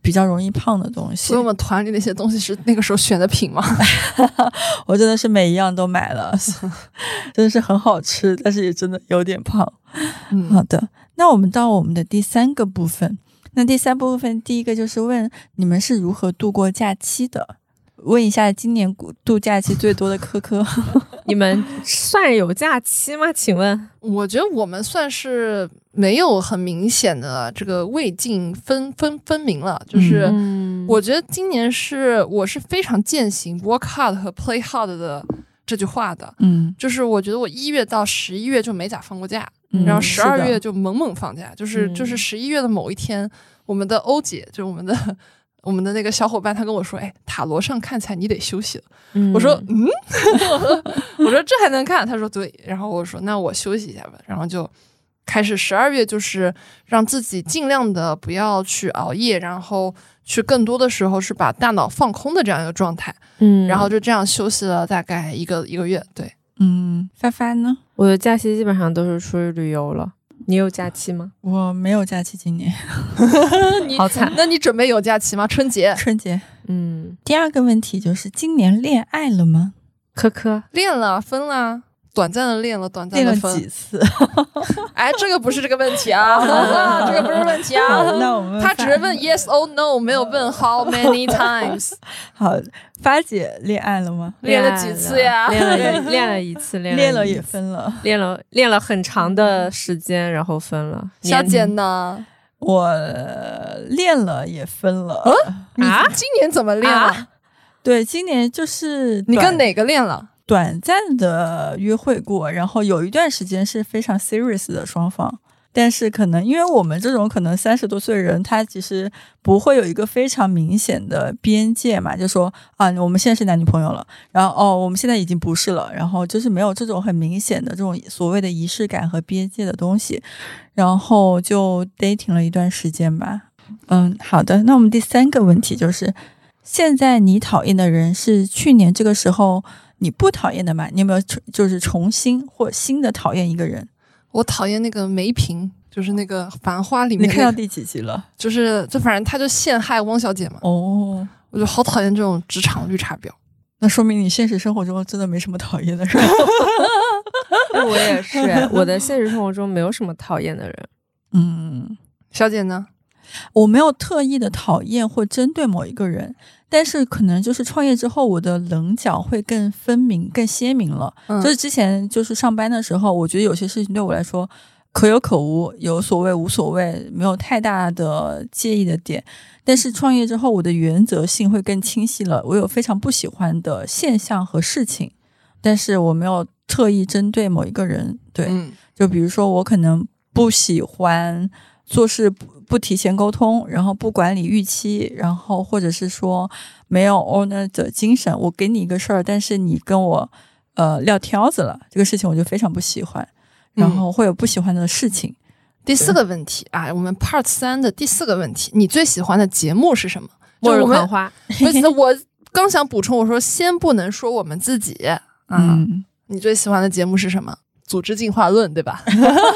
比较容易胖的东西。
所以我们团里那些东西是那个时候选的品吗？
我真的是每一样都买了，真的是很好吃，但是也真的有点胖。好的，那我们到我们的第3个部分。那第3部分，第一个就是问你们是如何度过假期的。问一下今年度假期最多的科科
你们算有假期吗？请问？
我觉得我们算是没有很明显的这个胃镜分明了，就是我觉得今年我是非常践行 work hard 和 play hard 的这句话的。就是我觉得我1月到11月就没咋放过假，然后12月就猛猛放假，就是11月的某一天，我们的欧姐就是我们的那个小伙伴，他跟我说：“哎，塔罗上看起来你得休息了。”我说：“我说这还能看？”他说：“对。”然后我说：“那我休息一下吧。”然后就开始12月，就是让自己尽量的不要去熬夜，然后去更多的时候是把大脑放空的这样一个状态。然后就这样休息了大概一个月。对，
发发呢？
我的假期基本上都是出去旅游了。你有假期吗？
我没有假期，今年
好惨。
那你准备有假期吗？春节。
第2个问题就是今年恋爱了吗？
科科
恋了，分了，短暂的恋了，短暂的分。
恋了几次？
哎，这个不是这个问题啊，这个不是问题啊。
那我们
他只是问 yes or no， 没有问 how many times。
好，发姐恋爱了吗？
恋了几次呀？
恋了一次，
恋了也分了，
恋了很长的时间，然后分了。
小姐呢？
我恋了也分了。
你今年怎么恋了？
对，今年就是
你跟哪个恋了？
短暂的约会过，然后有一段时间是非常 serious 的双方，但是可能因为我们这种可能30多岁的人，他其实不会有一个非常明显的边界嘛，就说啊，我们现在是男女朋友了，然后我们现在已经不是了，然后就是没有这种很明显的这种所谓的仪式感和边界的东西，然后就 dating 了一段时间吧。好的，那我们第3个问题就是，现在你讨厌的人是去年这个时候你不讨厌的吗？你有没有就是重新或新的讨厌一个人？
我讨厌那个梅萍，就是那个《繁花》里面、
你看到第几集了？
就反正他就陷害汪小姐嘛。我就好讨厌这种职场绿茶婊。
那说明你现实生活中真的没什么讨厌的人。
我也是，我的现实生活中没有什么讨厌的人。
小姐呢？
我没有特意的讨厌或针对某一个人，但是可能就是创业之后，我的棱角会更分明、更鲜明了。就是之前就是上班的时候，我觉得有些事情对我来说可有可无，有所谓无所谓，没有太大的介意的点。但是创业之后，我的原则性会更清晰了。我有非常不喜欢的现象和事情，但是我没有特意针对某一个人。对，就比如说我可能不喜欢做事不提前沟通，然后不管理预期，然后或者是说没有 owner 的精神，我给你一个事儿，但是你跟我撂挑子了，这个事情我就非常不喜欢，然后会有不喜欢的事情。
第4个问题啊，我们 Part 3的第4个问题，你最喜欢的节目是什么？
末日狂花。
我刚想补充，我说先不能说我们自己你最喜欢的节目是什么？组织进化论，对吧？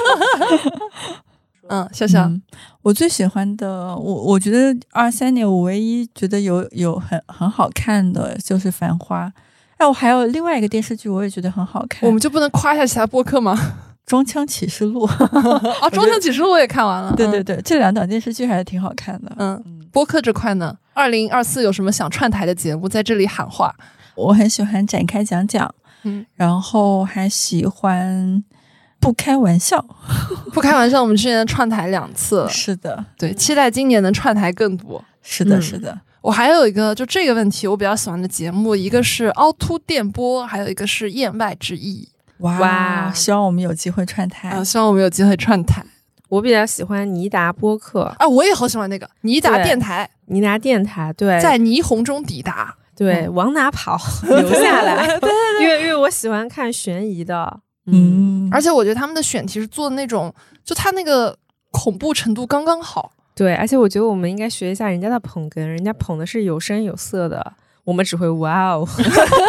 笑笑，
我最喜欢的，我觉得23年我唯一觉得有很好看的就是《繁花》。我还有另外一个电视剧，我也觉得很好看。
我们就不能夸一下其他播客吗？
装腔启示录
装腔启示录我也看完了。
对，这2档电视剧还是挺好看的。
播客这块呢，2024有什么想串台的节目在这里喊话？
我很喜欢展开讲讲，然后还喜欢不开玩笑。
不开玩笑，我们之前串台2次了。
是的，
对，期待今年能串台更多。
是的，是的。
我还有一个就这个问题我比较喜欢的节目，一个是凹凸电波，还有一个是言外之意。
哇，希望我们有机会串台。
希望我们有机会串台。
我比较喜欢尼达播客
我也好喜欢那个尼达电台。
尼达电台，对，
在霓虹中抵达。
对，往哪跑？留下来。对，因为我喜欢看悬疑的。
而且我觉得他们的选题是做的那种，就他那个恐怖程度刚刚好。
对，而且我觉得我们应该学一下人家的捧哏，人家捧的是有声有色的，我们只会哇哦。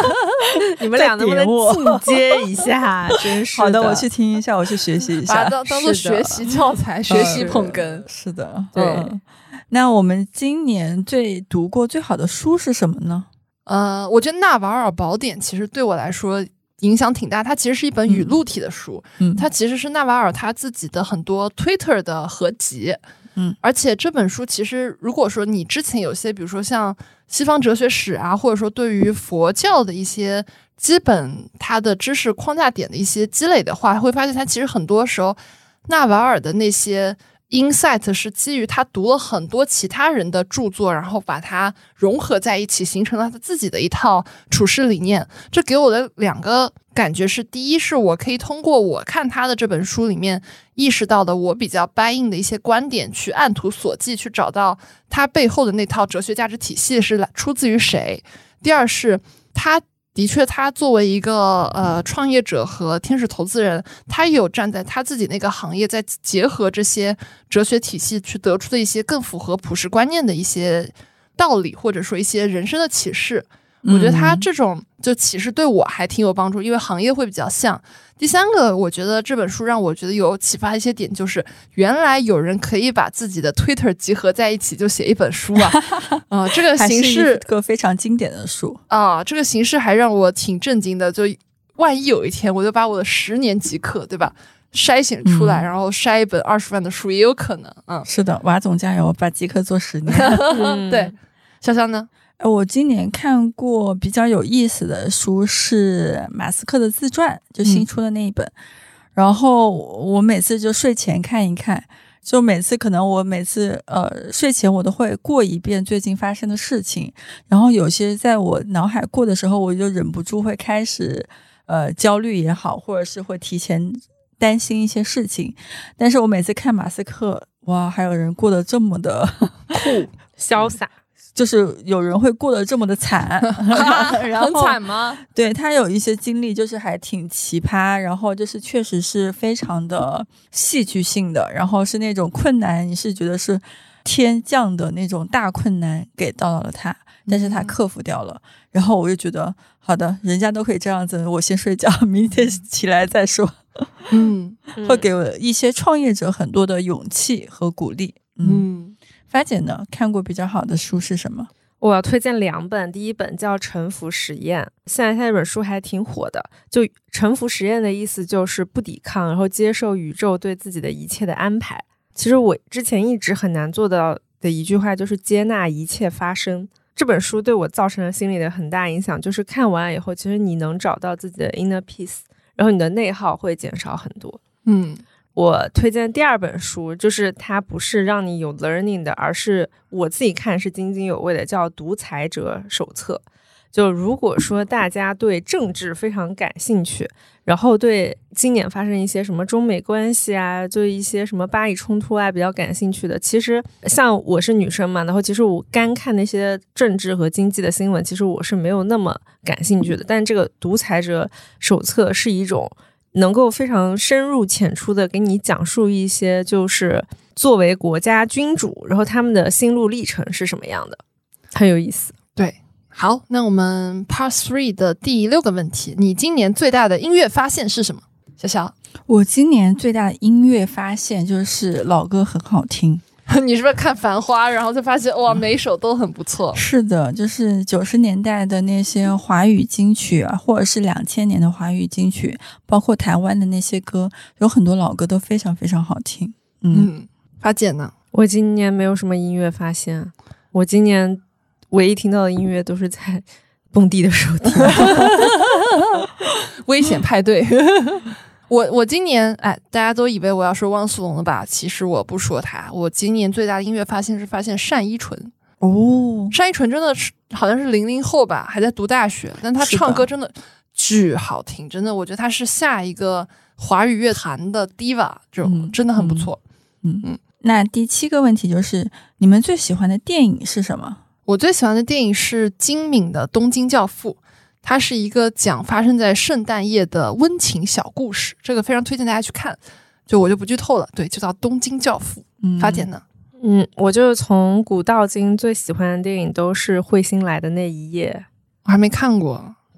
你们俩能不能进阶一下？真是的。
好的，我去听一下，我去学习一下，
把它当做学习教材，学习捧哏。
是的，
对。
那我们今年读过最好的书是什么呢？
我觉得《纳瓦尔宝典》其实对我来说影响挺大，它其实是一本语录体的书，它其实是纳瓦尔他自己的很多 Twitter 的合集，而且这本书其实如果说你之前有些比如说像西方哲学史啊，或者说对于佛教的一些基本它的知识框架点的一些积累的话，会发现它其实很多时候纳瓦尔的那些insight 是基于他读了很多其他人的著作，然后把它融合在一起，形成了他自己的一套处事理念。这给我的两个感觉是，第一是我可以通过我看他的这本书里面意识到的我比较 buy in 的一些观点，去按图索骥，去找到他背后的那套哲学价值体系是出自于谁。第二是他作为一个创业者和天使投资人，他有站在他自己那个行业，在结合这些哲学体系去得出的一些更符合普世观念的一些道理，或者说一些人生的启示。我觉得他这种就启示对我还挺有帮助，因为行业会比较像。第三个，我觉得这本书让我觉得有启发的一些点，就是原来有人可以把自己的 Twitter 集合在一起就写一本书啊！这个形式
还是一个非常经典的书
啊！这个形式还让我挺震惊的。就万一有一天我就把我的10年极客，对吧，筛选出来，然后筛一本20万的书，也有可能。
是的，瓦总加油，把极客做10年。
对，潇潇呢？
我今年看过比较有意思的书是马斯克的自传，就新出的那一本。然后我每次就睡前看一看，就每次睡前我都会过一遍最近发生的事情，然后有些在我脑海过的时候，我就忍不住会开始焦虑也好，或者是会提前担心一些事情。但是我每次看马斯克，哇，还有人过得这么的
酷潇洒，
就是有人会过得这么的惨然后
很惨吗？
对，他有一些经历就是还挺奇葩，然后就是确实是非常的戏剧性的，然后是那种困难你是觉得是天降的那种大困难给到了他，但是他克服掉了。然后我就觉得好的，人家都可以这样子，我先睡觉，明天起来再说。会给我一些创业者很多的勇气和鼓励。发姐呢，看过比较好的书是什么？
我要推荐2本，第一本叫《沉浮实验》，现在这本书还挺火的。就沉浮实验的意思就是不抵抗，然后接受宇宙对自己的一切的安排。其实我之前一直很难做到的一句话就是接纳一切发生。这本书对我造成了心理的很大影响，就是看完以后，其实你能找到自己的 inner peace， 然后你的内耗会减少很多。我推荐第2本书，就是它不是让你有 learning 的，而是我自己看是津津有味的，叫《独裁者手册》。就如果说大家对政治非常感兴趣，然后对今年发生一些什么中美关系啊，就一些什么巴以冲突啊比较感兴趣的，其实像我是女生嘛，然后其实我干看那些政治和经济的新闻，其实我是没有那么感兴趣的。但这个《独裁者手册》是一种能够非常深入浅出的给你讲述一些就是作为国家君主，然后他们的心路历程是什么样的，很有意思。
对，好，那我们 Part 3的第6个问题，你今年最大的音乐发现是什么？小小，
我今年最大的音乐发现就是老歌很好听。
你是不是看《繁花》然后就发现哇，每一首都很不错？
是的，就是90年代的那些华语金曲啊，或者是2000年的华语金曲，包括台湾的那些歌，有很多老歌都非常非常好听。
发姐呢？
我今年没有什么音乐发现，我今年唯一听到的音乐都是在蹦迪的时候听。
危险派对。我今年大家都以为我要说汪苏泷了吧？其实我不说他。我今年最大的音乐发现是发现单依纯。单依纯真的是好像是00后吧，还在读大学，但他唱歌真的巨好听，真的，我觉得他是下一个华语乐坛的 diva， 这种真的很不错。
那第7个问题就是你们最喜欢的电影是什么？
我最喜欢的电影是金敏的《东京教父》。它是一个讲发生在圣诞夜的温情小故事，这个非常推荐大家去看，就我就不剧透了。对，就叫《东京教父》。发姐呢？
我就是从古到今最喜欢的电影都是彗星来的那一夜。
我还没看过。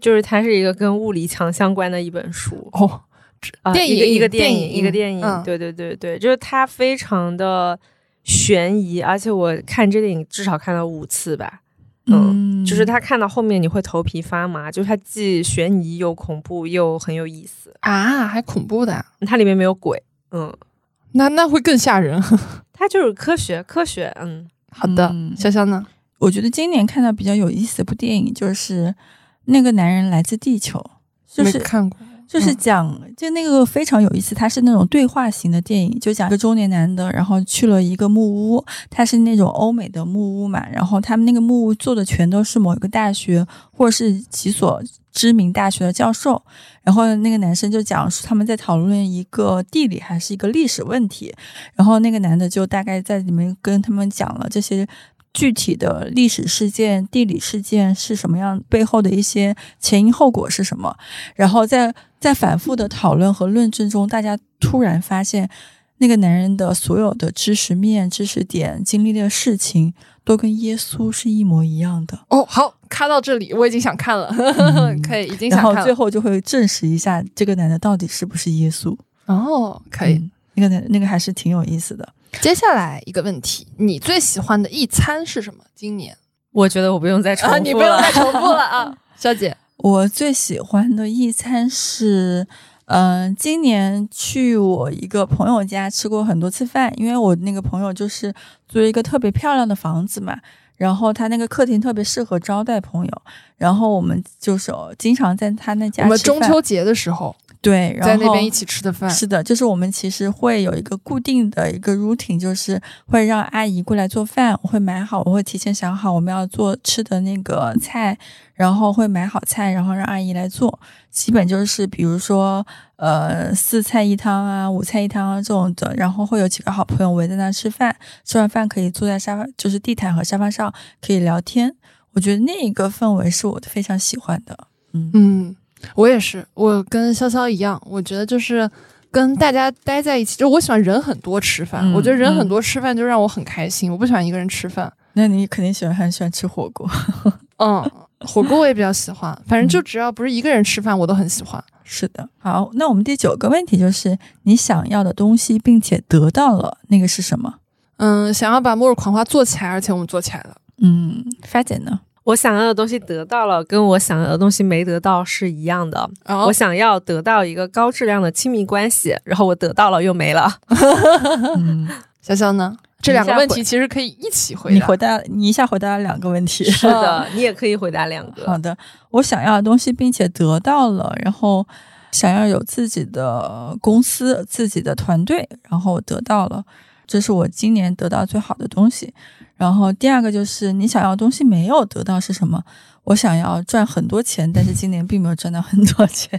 就是它是一个跟物理强相关的一本书
电影
一个电影，对对对对，就是它非常的悬疑，而且我看这电影至少看了5次吧。就是他看到后面你会头皮发麻，就是它既悬疑又恐怖又很有意思
啊，还恐怖的，
它里面没有鬼，
那会更吓人。
它就是科学，
好的，潇潇呢？
我觉得今年看到比较有意思的一部电影就是那个男人来自地球，就是
没看过。
就是讲就那个非常有意思，它是那种对话型的电影，就讲一个中年男的，然后去了一个木屋，它是那种欧美的木屋嘛，然后他们那个木屋做的全都是某一个大学或者是几所知名大学的教授，然后那个男生就讲他们在讨论一个地理还是一个历史问题，然后那个男的就大概在里面跟他们讲了这些具体的历史事件、地理事件是什么样，背后的一些前因后果是什么，然后在反复的讨论和论证中，大家突然发现那个男人的所有的知识面、知识点、经历的事情都跟耶稣是一模一样的。
好，看到这里我已经想看了。可以，已经想看了。
然后最后就会证实一下这个男的到底是不是耶稣。
可以，
那个还是挺有意思的。
接下来一个问题，你最喜欢的一餐是什么？今年
我觉得我不用再重复了，
你不用再重复了啊，小姐。
我最喜欢的一餐是，今年去我一个朋友家吃过很多次饭，因为我那个朋友就是租了一个特别漂亮的房子嘛，然后他那个客厅特别适合招待朋友，然后我们就是经常在他那家吃饭。
我们中秋节的时候。
对，然后
在那边一起吃的饭。
是的，就是我们其实会有一个固定的一个 routine， 就是会让阿姨过来做饭，我会买好，我会提前想好我们要做吃的那个菜，然后会买好菜，然后让阿姨来做。基本就是比如说4菜1汤啊，5菜1汤啊这种的，然后会有几个好朋友围在那吃饭，吃完饭可以坐在沙发，就是地毯和沙发上可以聊天。我觉得那个氛围是我非常喜欢的。
我也是，我跟潇潇一样，我觉得就是跟大家待在一起，就我喜欢人很多吃饭，我觉得人很多吃饭就让我很开心，我不喜欢一个人吃饭。
那你肯定很喜欢吃火锅。
火锅我也比较喜欢，反正就只要不是一个人吃饭我都很喜欢。
是的。好，那我们第9个问题就是你想要的东西并且得到了，那个是什么？
想要把末日狂花做起来，而且我们做起来了。
发姐呢？
我想要的东西得到了，跟我想要的东西没得到是一样的。我想要得到一个高质量的亲密关系，然后我得到了又没了。
潇潇呢？这2个问题其实可以一起回答。
你一下回答了2个问题。
是的，你也可以回答2个。
好的，我想要的东西并且得到了，然后想要有自己的公司、自己的团队，然后得到了，这是我今年得到最好的东西。然后第2个就是你想要的东西没有得到是什么？我想要赚很多钱，但是今年并没有赚到很多钱。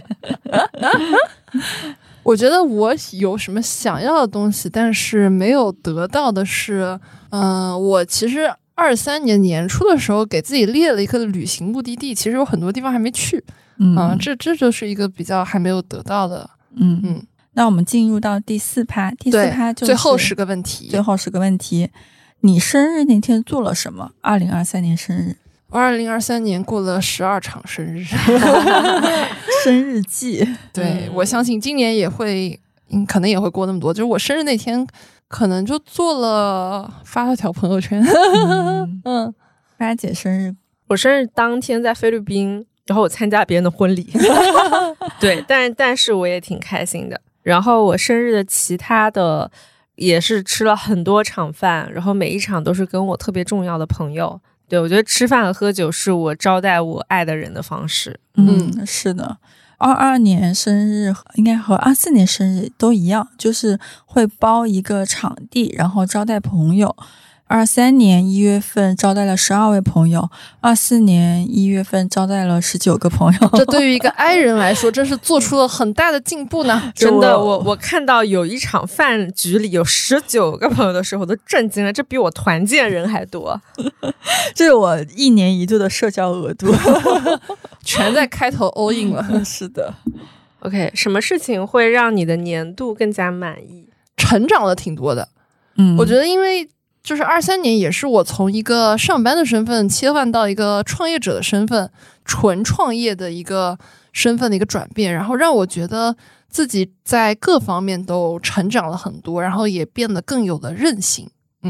我觉得我有什么想要的东西但是没有得到的是，我其实23年年初的时候给自己列了一个旅行目的地，其实有很多地方还没去。这就是一个比较还没有得到的。
那我们进入到第4趴，第4趴就是
最后10个问题。
你生日那天做了什么？2023年生日。
我2023年过了12场生日。
生日季。
对，我相信今年也会，可能也会过那么多。就是我生日那天可能就发了条朋友圈。
八姐生日，
我生日当天在菲律宾，然后我参加别人的婚礼。对，但是我也挺开心的。然后我生日的其他的也是吃了很多场饭，然后每一场都是跟我特别重要的朋友。对，我觉得吃饭和喝酒是我招待我爱的人的方式。
是的。22年生日应该和24年生日都一样，就是会包一个场地，然后招待朋友。23年1月份招待了12位朋友，24年1月份招待了19个朋友。
这对于一个 I 人来说，真是做出了很大的进步呢。
真的，我看到有一场饭局里有19个朋友的时候，我都震惊了，这比我团建人还多。
这是我1年1度的社交额度。
全在开头 all in 了。
是的。
OK， 什么事情会让你的年度更加满意？
成长了挺多的。我觉得因为就是23年也是我从一个上班的身份切换到一个创业者的身份，纯创业的一个身份的一个转变，然后让我觉得自己在各方面都成长了很多，然后也变得更有了韧性。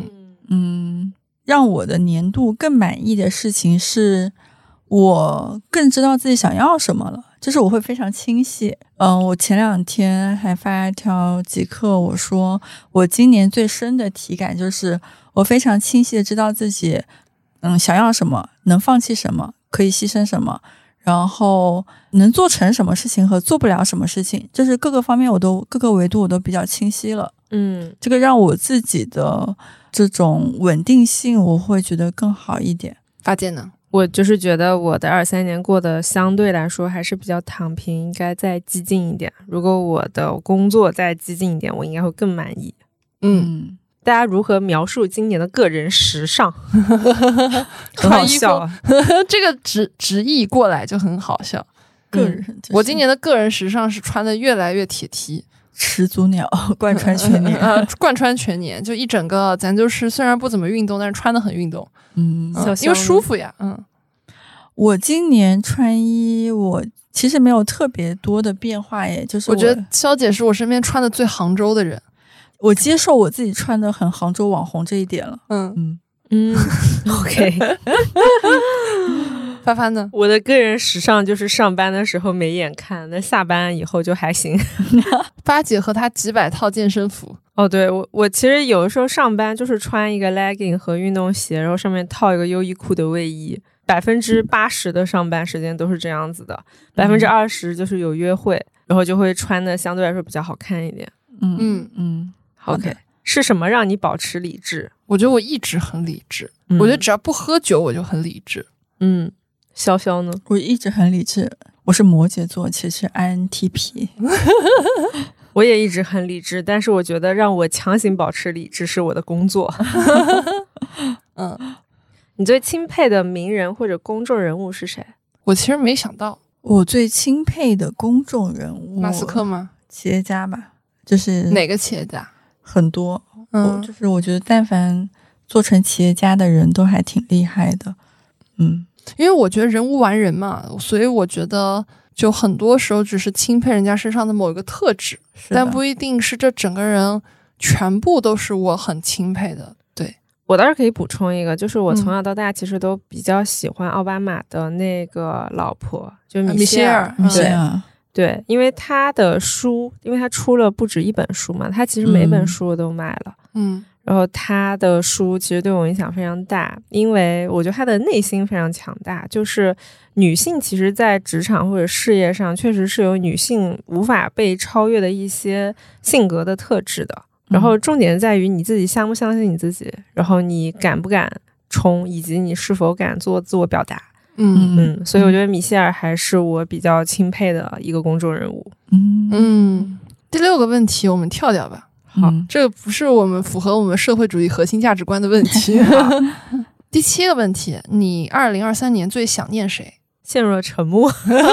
让我的年度更满意的事情是我更知道自己想要什么了，就是我会非常清晰。我前2天还发一条极客，我说我今年最深的体感就是我非常清晰的知道自己想要什么，能放弃什么，可以牺牲什么，然后能做成什么事情和做不了什么事情，就是各个方面各个维度我都比较清晰了。这个让我自己的这种稳定性我会觉得更好一点。
发姐呢？
我就是觉得我的23年过得相对来说还是比较躺平，应该再激进一点。如果我的工作再激进一点，我应该会更满意。大家如何描述今年的个人时尚？很好笑啊！
这个直译过来就很好笑。
个人，
我今年的个人时尚是穿的越来越铁蹄。
始祖鸟贯穿全年
贯穿全年，就一整个咱就是虽然不怎么运动，但是穿的很运动。因为舒服呀。
我今年穿衣我其实没有特别多的变化耶，就是
我觉得肖姐是我身边穿的最杭州的人，
我接受我自己穿的很杭州网红这一点了。
OK。
发发呢？
我的个人时尚就是上班的时候没眼看，那下班以后就还行。
发姐和她几百套健身服。
对，我其实有的时候上班就是穿一个 legging 和运动鞋，然后上面套一个优衣库的卫衣。80%的上班时间都是这样子的，20%就是有约会，然后就会穿的相对来说比较好看一点。OK。是什么让你保持理智？
我觉得我一直很理智。我觉得只要不喝酒我就很理智。
潇潇呢？
我一直很理智，我是摩羯座，其实 INTP。
我也一直很理智，但是我觉得让我强行保持理智是我的工作。你最钦佩的名人或者公众人物是谁？
我其实没想到。
我最钦佩的公众人物，
马斯克吗？
企业家吧，就是
哪个企业家？
很多。就是我觉得但凡做成企业家的人都还挺厉害的。
因为我觉得人无完人嘛，所以我觉得就很多时候只是钦佩人家身上的某一个特质，但不一定是这整个人全部都是我很钦佩的。对，
我倒是可以补充一个，就是我从小到大其实都比较喜欢奥巴马的那个老婆，就是米歇尔。对，因为他的书，因为他出了不止一本书嘛，他其实每本书我都买了。然后他的书其实对我影响非常大，因为我觉得他的内心非常强大，就是女性其实在职场或者事业上确实是有女性无法被超越的一些性格的特质的，然后重点在于你自己相不相信你自己，然后你敢不敢冲，以及你是否敢做自我表达。所以我觉得米歇尔还是我比较钦佩的一个公众人物。
第6个问题我们跳掉吧。好，这个不是我们符合我们社会主义核心价值观的问题。第7个问题，你2023年最想念谁？
陷入了沉默。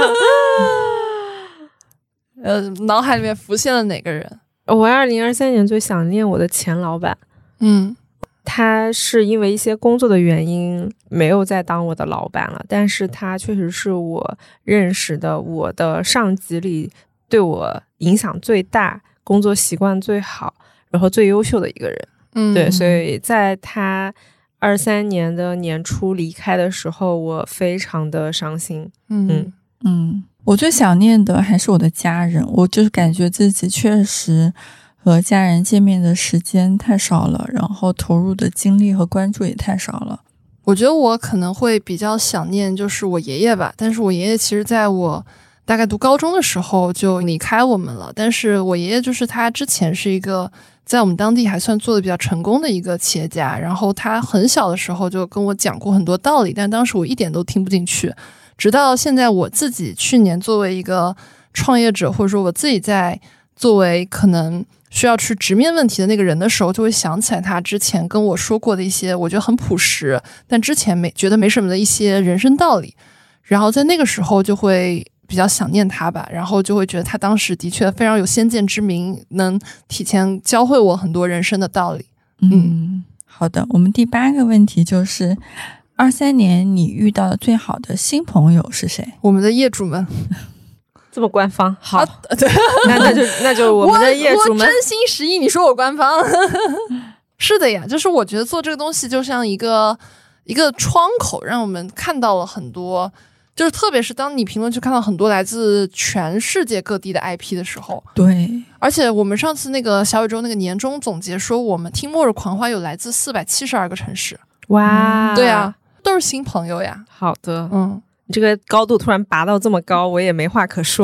脑海里面浮现了哪个人？
我2023年最想念我的前老板。他是因为一些工作的原因没有再当我的老板了，但是他确实是我认识的我的上级里对我影响最大，工作习惯最好，然后最优秀的一个人。对，所以在他23年的年初离开的时候，我非常的伤心。
我最想念的还是我的家人，我就是感觉自己确实和家人见面的时间太少了，然后投入的精力和关注也太少了。
我觉得我可能会比较想念就是我爷爷吧，但是我爷爷其实在我大概读高中的时候就离开我们了，但是我爷爷就是他之前是一个在我们当地还算做的比较成功的一个企业家，然后他很小的时候就跟我讲过很多道理，但当时我一点都听不进去，直到现在我自己去年作为一个创业者，或者说我自己在作为可能需要去直面问题的那个人的时候，就会想起来他之前跟我说过的一些我觉得很朴实但之前觉得没什么的一些人生道理，然后在那个时候就会比较想念他吧，然后就会觉得他当时的确非常有先见之明，能提前教会我很多人生的道理。
好的，我们第8个问题就是23年你遇到的最好的新朋友是谁？
我们的业主们。
这么官方，好，
对，
那就我们的业主们，
我真心实意，你说我官方？是的呀，就是我觉得做这个东西就像一个窗口，让我们看到了很多，就是特别是当你评论区看到很多来自全世界各地的 IP 的时候，
对，
而且我们上次那个小宇宙那个年终总结说，我们听末日狂欢有来自472个城市，
哇，
对啊，都是新朋友呀。
好的，这个高度突然拔到这么高，我也没话可说。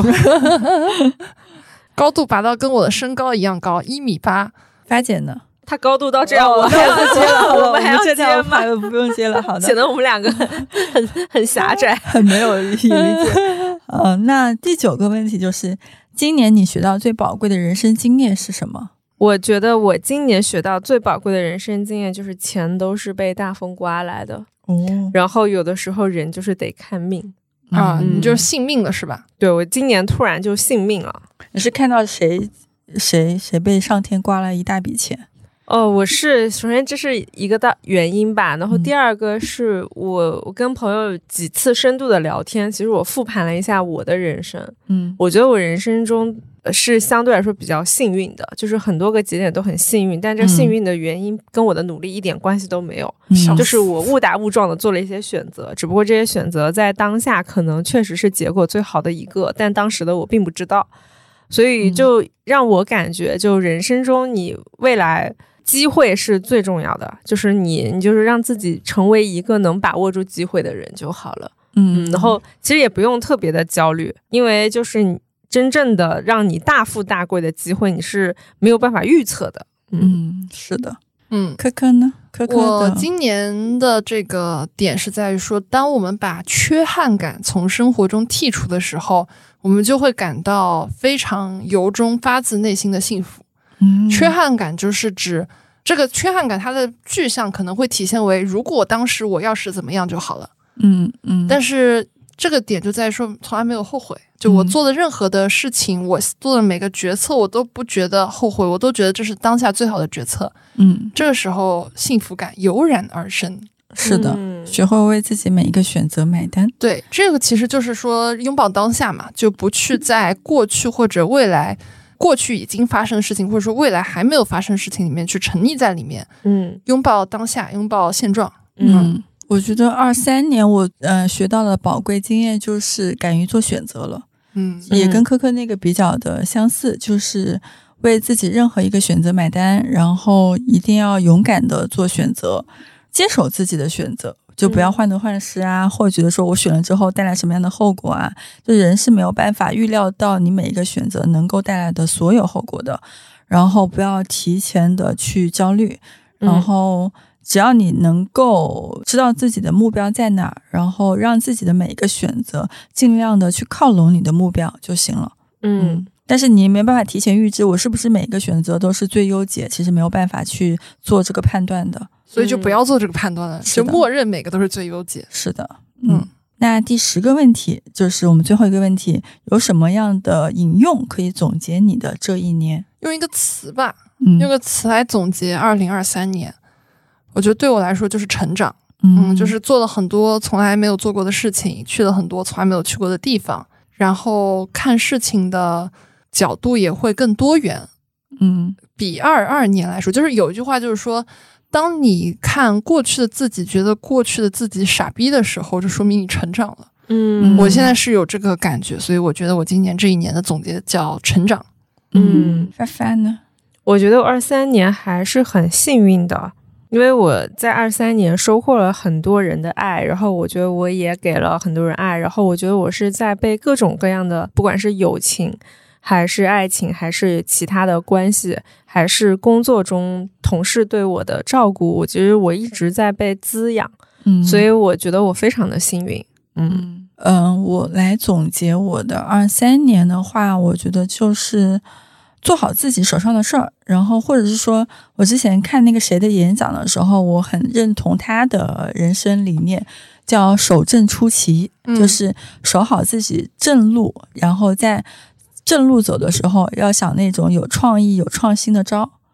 高度拔到跟我的身高一样高，1.8米。
发姐呢？
他高度到这样，我还要接了，我们还要接吗？
不用接了，好的。
显得我们两个很狭窄，
很没有理解。那第9个问题就是，今年你学到最宝贵的人生经验是什么？
我觉得我今年学到最宝贵的人生经验就是钱都是被大风刮来的。然后有的时候人就是得看命
啊，你就信命了是吧？
对，我今年突然就信命了。
你是看到谁被上天刮了一大笔钱？
我是首先这是一个大原因吧，然后第二个是我跟朋友几次深度的聊天，其实我复盘了一下我的人生，我觉得我人生中是相对来说比较幸运的，就是很多个节点都很幸运，但这幸运的原因跟我的努力一点关系都没有，就是我误打误撞的做了一些选择，只不过这些选择在当下可能确实是结果最好的一个，但当时的我并不知道，所以就让我感觉就人生中你未来机会是最重要的，就是你就是让自己成为一个能把握住机会的人就好了。然后其实也不用特别的焦虑，因为就是你真正的让你大富大贵的机会你是没有办法预测的。
是的。
科
科呢？科
我今年的这个点是在于说，当我们把缺憾感从生活中剔除的时候，我们就会感到非常由衷发自内心的幸福。缺憾感就是指这个缺憾感，它的具象可能会体现为，如果当时我要是怎么样就好了。但是这个点就在于说，从来没有后悔。就我做的任何的事情，我做的每个决策，我都不觉得后悔，我都觉得这是当下最好的决策。这个时候幸福感油然而生。
是的，学会为自己每一个选择买单。
对，这个其实就是说拥抱当下嘛，就不去在过去或者未来。过去已经发生的事情，或者说未来还没有发生的事情里面去沉溺在里面，拥抱当下，拥抱现状。
我觉得23年我学到的宝贵经验就是敢于做选择了。也跟科科那个比较的相似，就是为自己任何一个选择买单，然后一定要勇敢的做选择，接手自己的选择，就不要患得患失啊，或者觉得说我选了之后带来什么样的后果啊，就人是没有办法预料到你每一个选择能够带来的所有后果的，然后不要提前的去焦虑，然后只要你能够知道自己的目标在哪，然后让自己的每一个选择尽量的去靠拢你的目标就行了。但是你没办法提前预知我是不是每个选择都是最优解，其实没有办法去做这个判断的，
所以就不要做这个判断了，就默认每个都是最优解。
是的。那第10个问题就是我们最后一个问题，有什么样的引用可以总结你的这一年？
用一个词吧，用个词来总结2023年，我觉得对我来说就是成长。就是做了很多从来没有做过的事情，去了很多从来没有去过的地方，然后看事情的角度也会更多元。比22年来说，就是有一句话就是说，当你看过去的自己觉得过去的自己傻逼的时候，就说明你成长了。我现在是有这个感觉，所以我觉得我今年这一年的总结叫成长。
发发呢？
我觉得我23年还是很幸运的，因为我在23年收获了很多人的爱，然后我觉得我也给了很多人爱，然后我觉得我是在被各种各样的，不管是友情还是爱情还是其他的关系，还是工作中同事对我的照顾，我觉得我一直在被滋养。所以我觉得我非常的幸运。
我来总结我的23年的话，我觉得就是做好自己手上的事儿，然后或者是说我之前看那个谁的演讲的时候，我很认同他的人生理念，叫守正出奇，就是守好自己正路，然后在正路走的时候要想那种有创意有创新的招，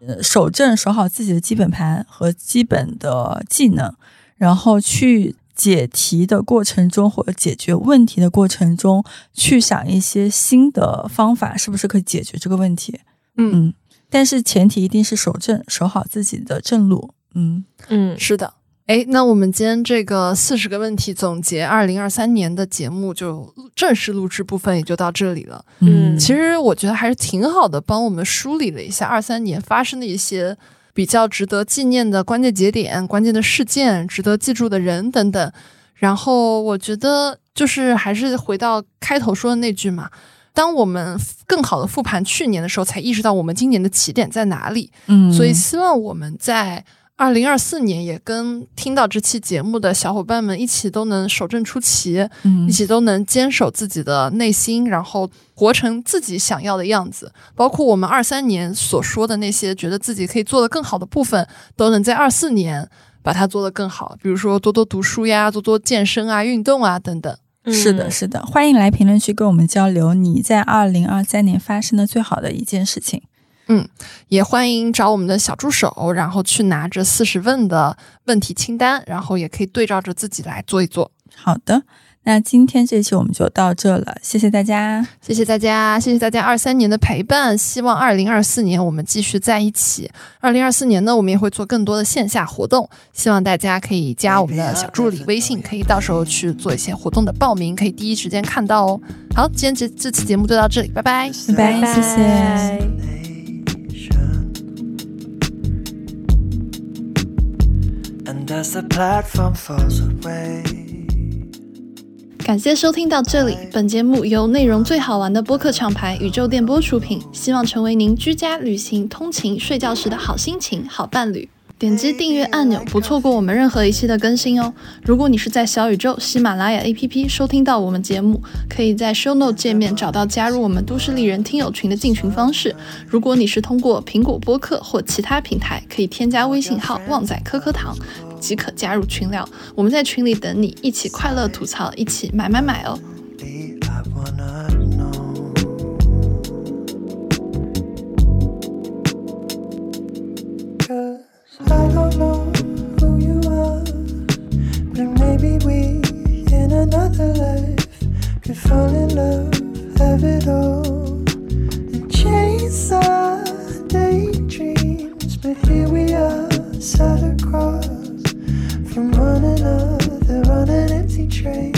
守正守好自己的基本盘和基本的技能，然后去解题的过程中或者解决问题的过程中去想一些新的方法，是不是可以解决这个问题。但是前提一定是守正，守好自己的正路。
是的。那我们今天这个40个问题总结2023年的节目就正式录制部分也就到这里了。其实我觉得还是挺好的，帮我们梳理了一下23年发生的一些比较值得纪念的关键节点、关键的事件、值得记住的人等等。然后我觉得就是还是回到开头说的那句嘛，当我们更好的复盘去年的时候，才意识到我们今年的起点在哪里。所以希望我们在2024年也跟听到这期节目的小伙伴们一起都能守正出奇，一起都能坚守自己的内心，然后活成自己想要的样子。包括我们23年所说的那些觉得自己可以做得更好的部分，都能在24年把它做得更好。比如说多多读书呀，多多健身啊，运动啊等等。
是的，是的，欢迎来评论区跟我们交流你在2023年发生的最好的一件事情。
也欢迎找我们的小助手，然后去拿着40问的问题清单，然后也可以对照着自己来做一做。
好的，那今天这期我们就到这了，谢谢大家，
谢谢大家，谢谢大家23年的陪伴。希望2024年我们继续在一起。2024年呢，我们也会做更多的线下活动，希望大家可以加我们的小助理微信，可以到时候去做一些活动的报名，可以第一时间看到哦。好，今天这期节目就到这里，拜拜，
拜拜，谢谢。
And as the platform falls away，
感谢收听到这里，本节目由内容最好玩的播客厂牌宇宙电波出品，希望成为您居家、旅行、通勤、睡觉时的好心情、好伴侣。点击订阅按钮，不错过我们任何一期的更新哦。如果你是在小宇宙、喜马拉雅 APP 收听到我们节目，可以在 show note 界面找到加入我们都市丽人听友群的进群方式。如果你是通过苹果播客或其他平台，可以添加微信号旺仔可可糖即可加入群聊，我们在群里等你，一起快乐吐槽，一起买哦。
I don't know who you are, but maybe we in another life could fall in love, have it all, and chase our daydreams. But here we are, sat across from one another on an empty train.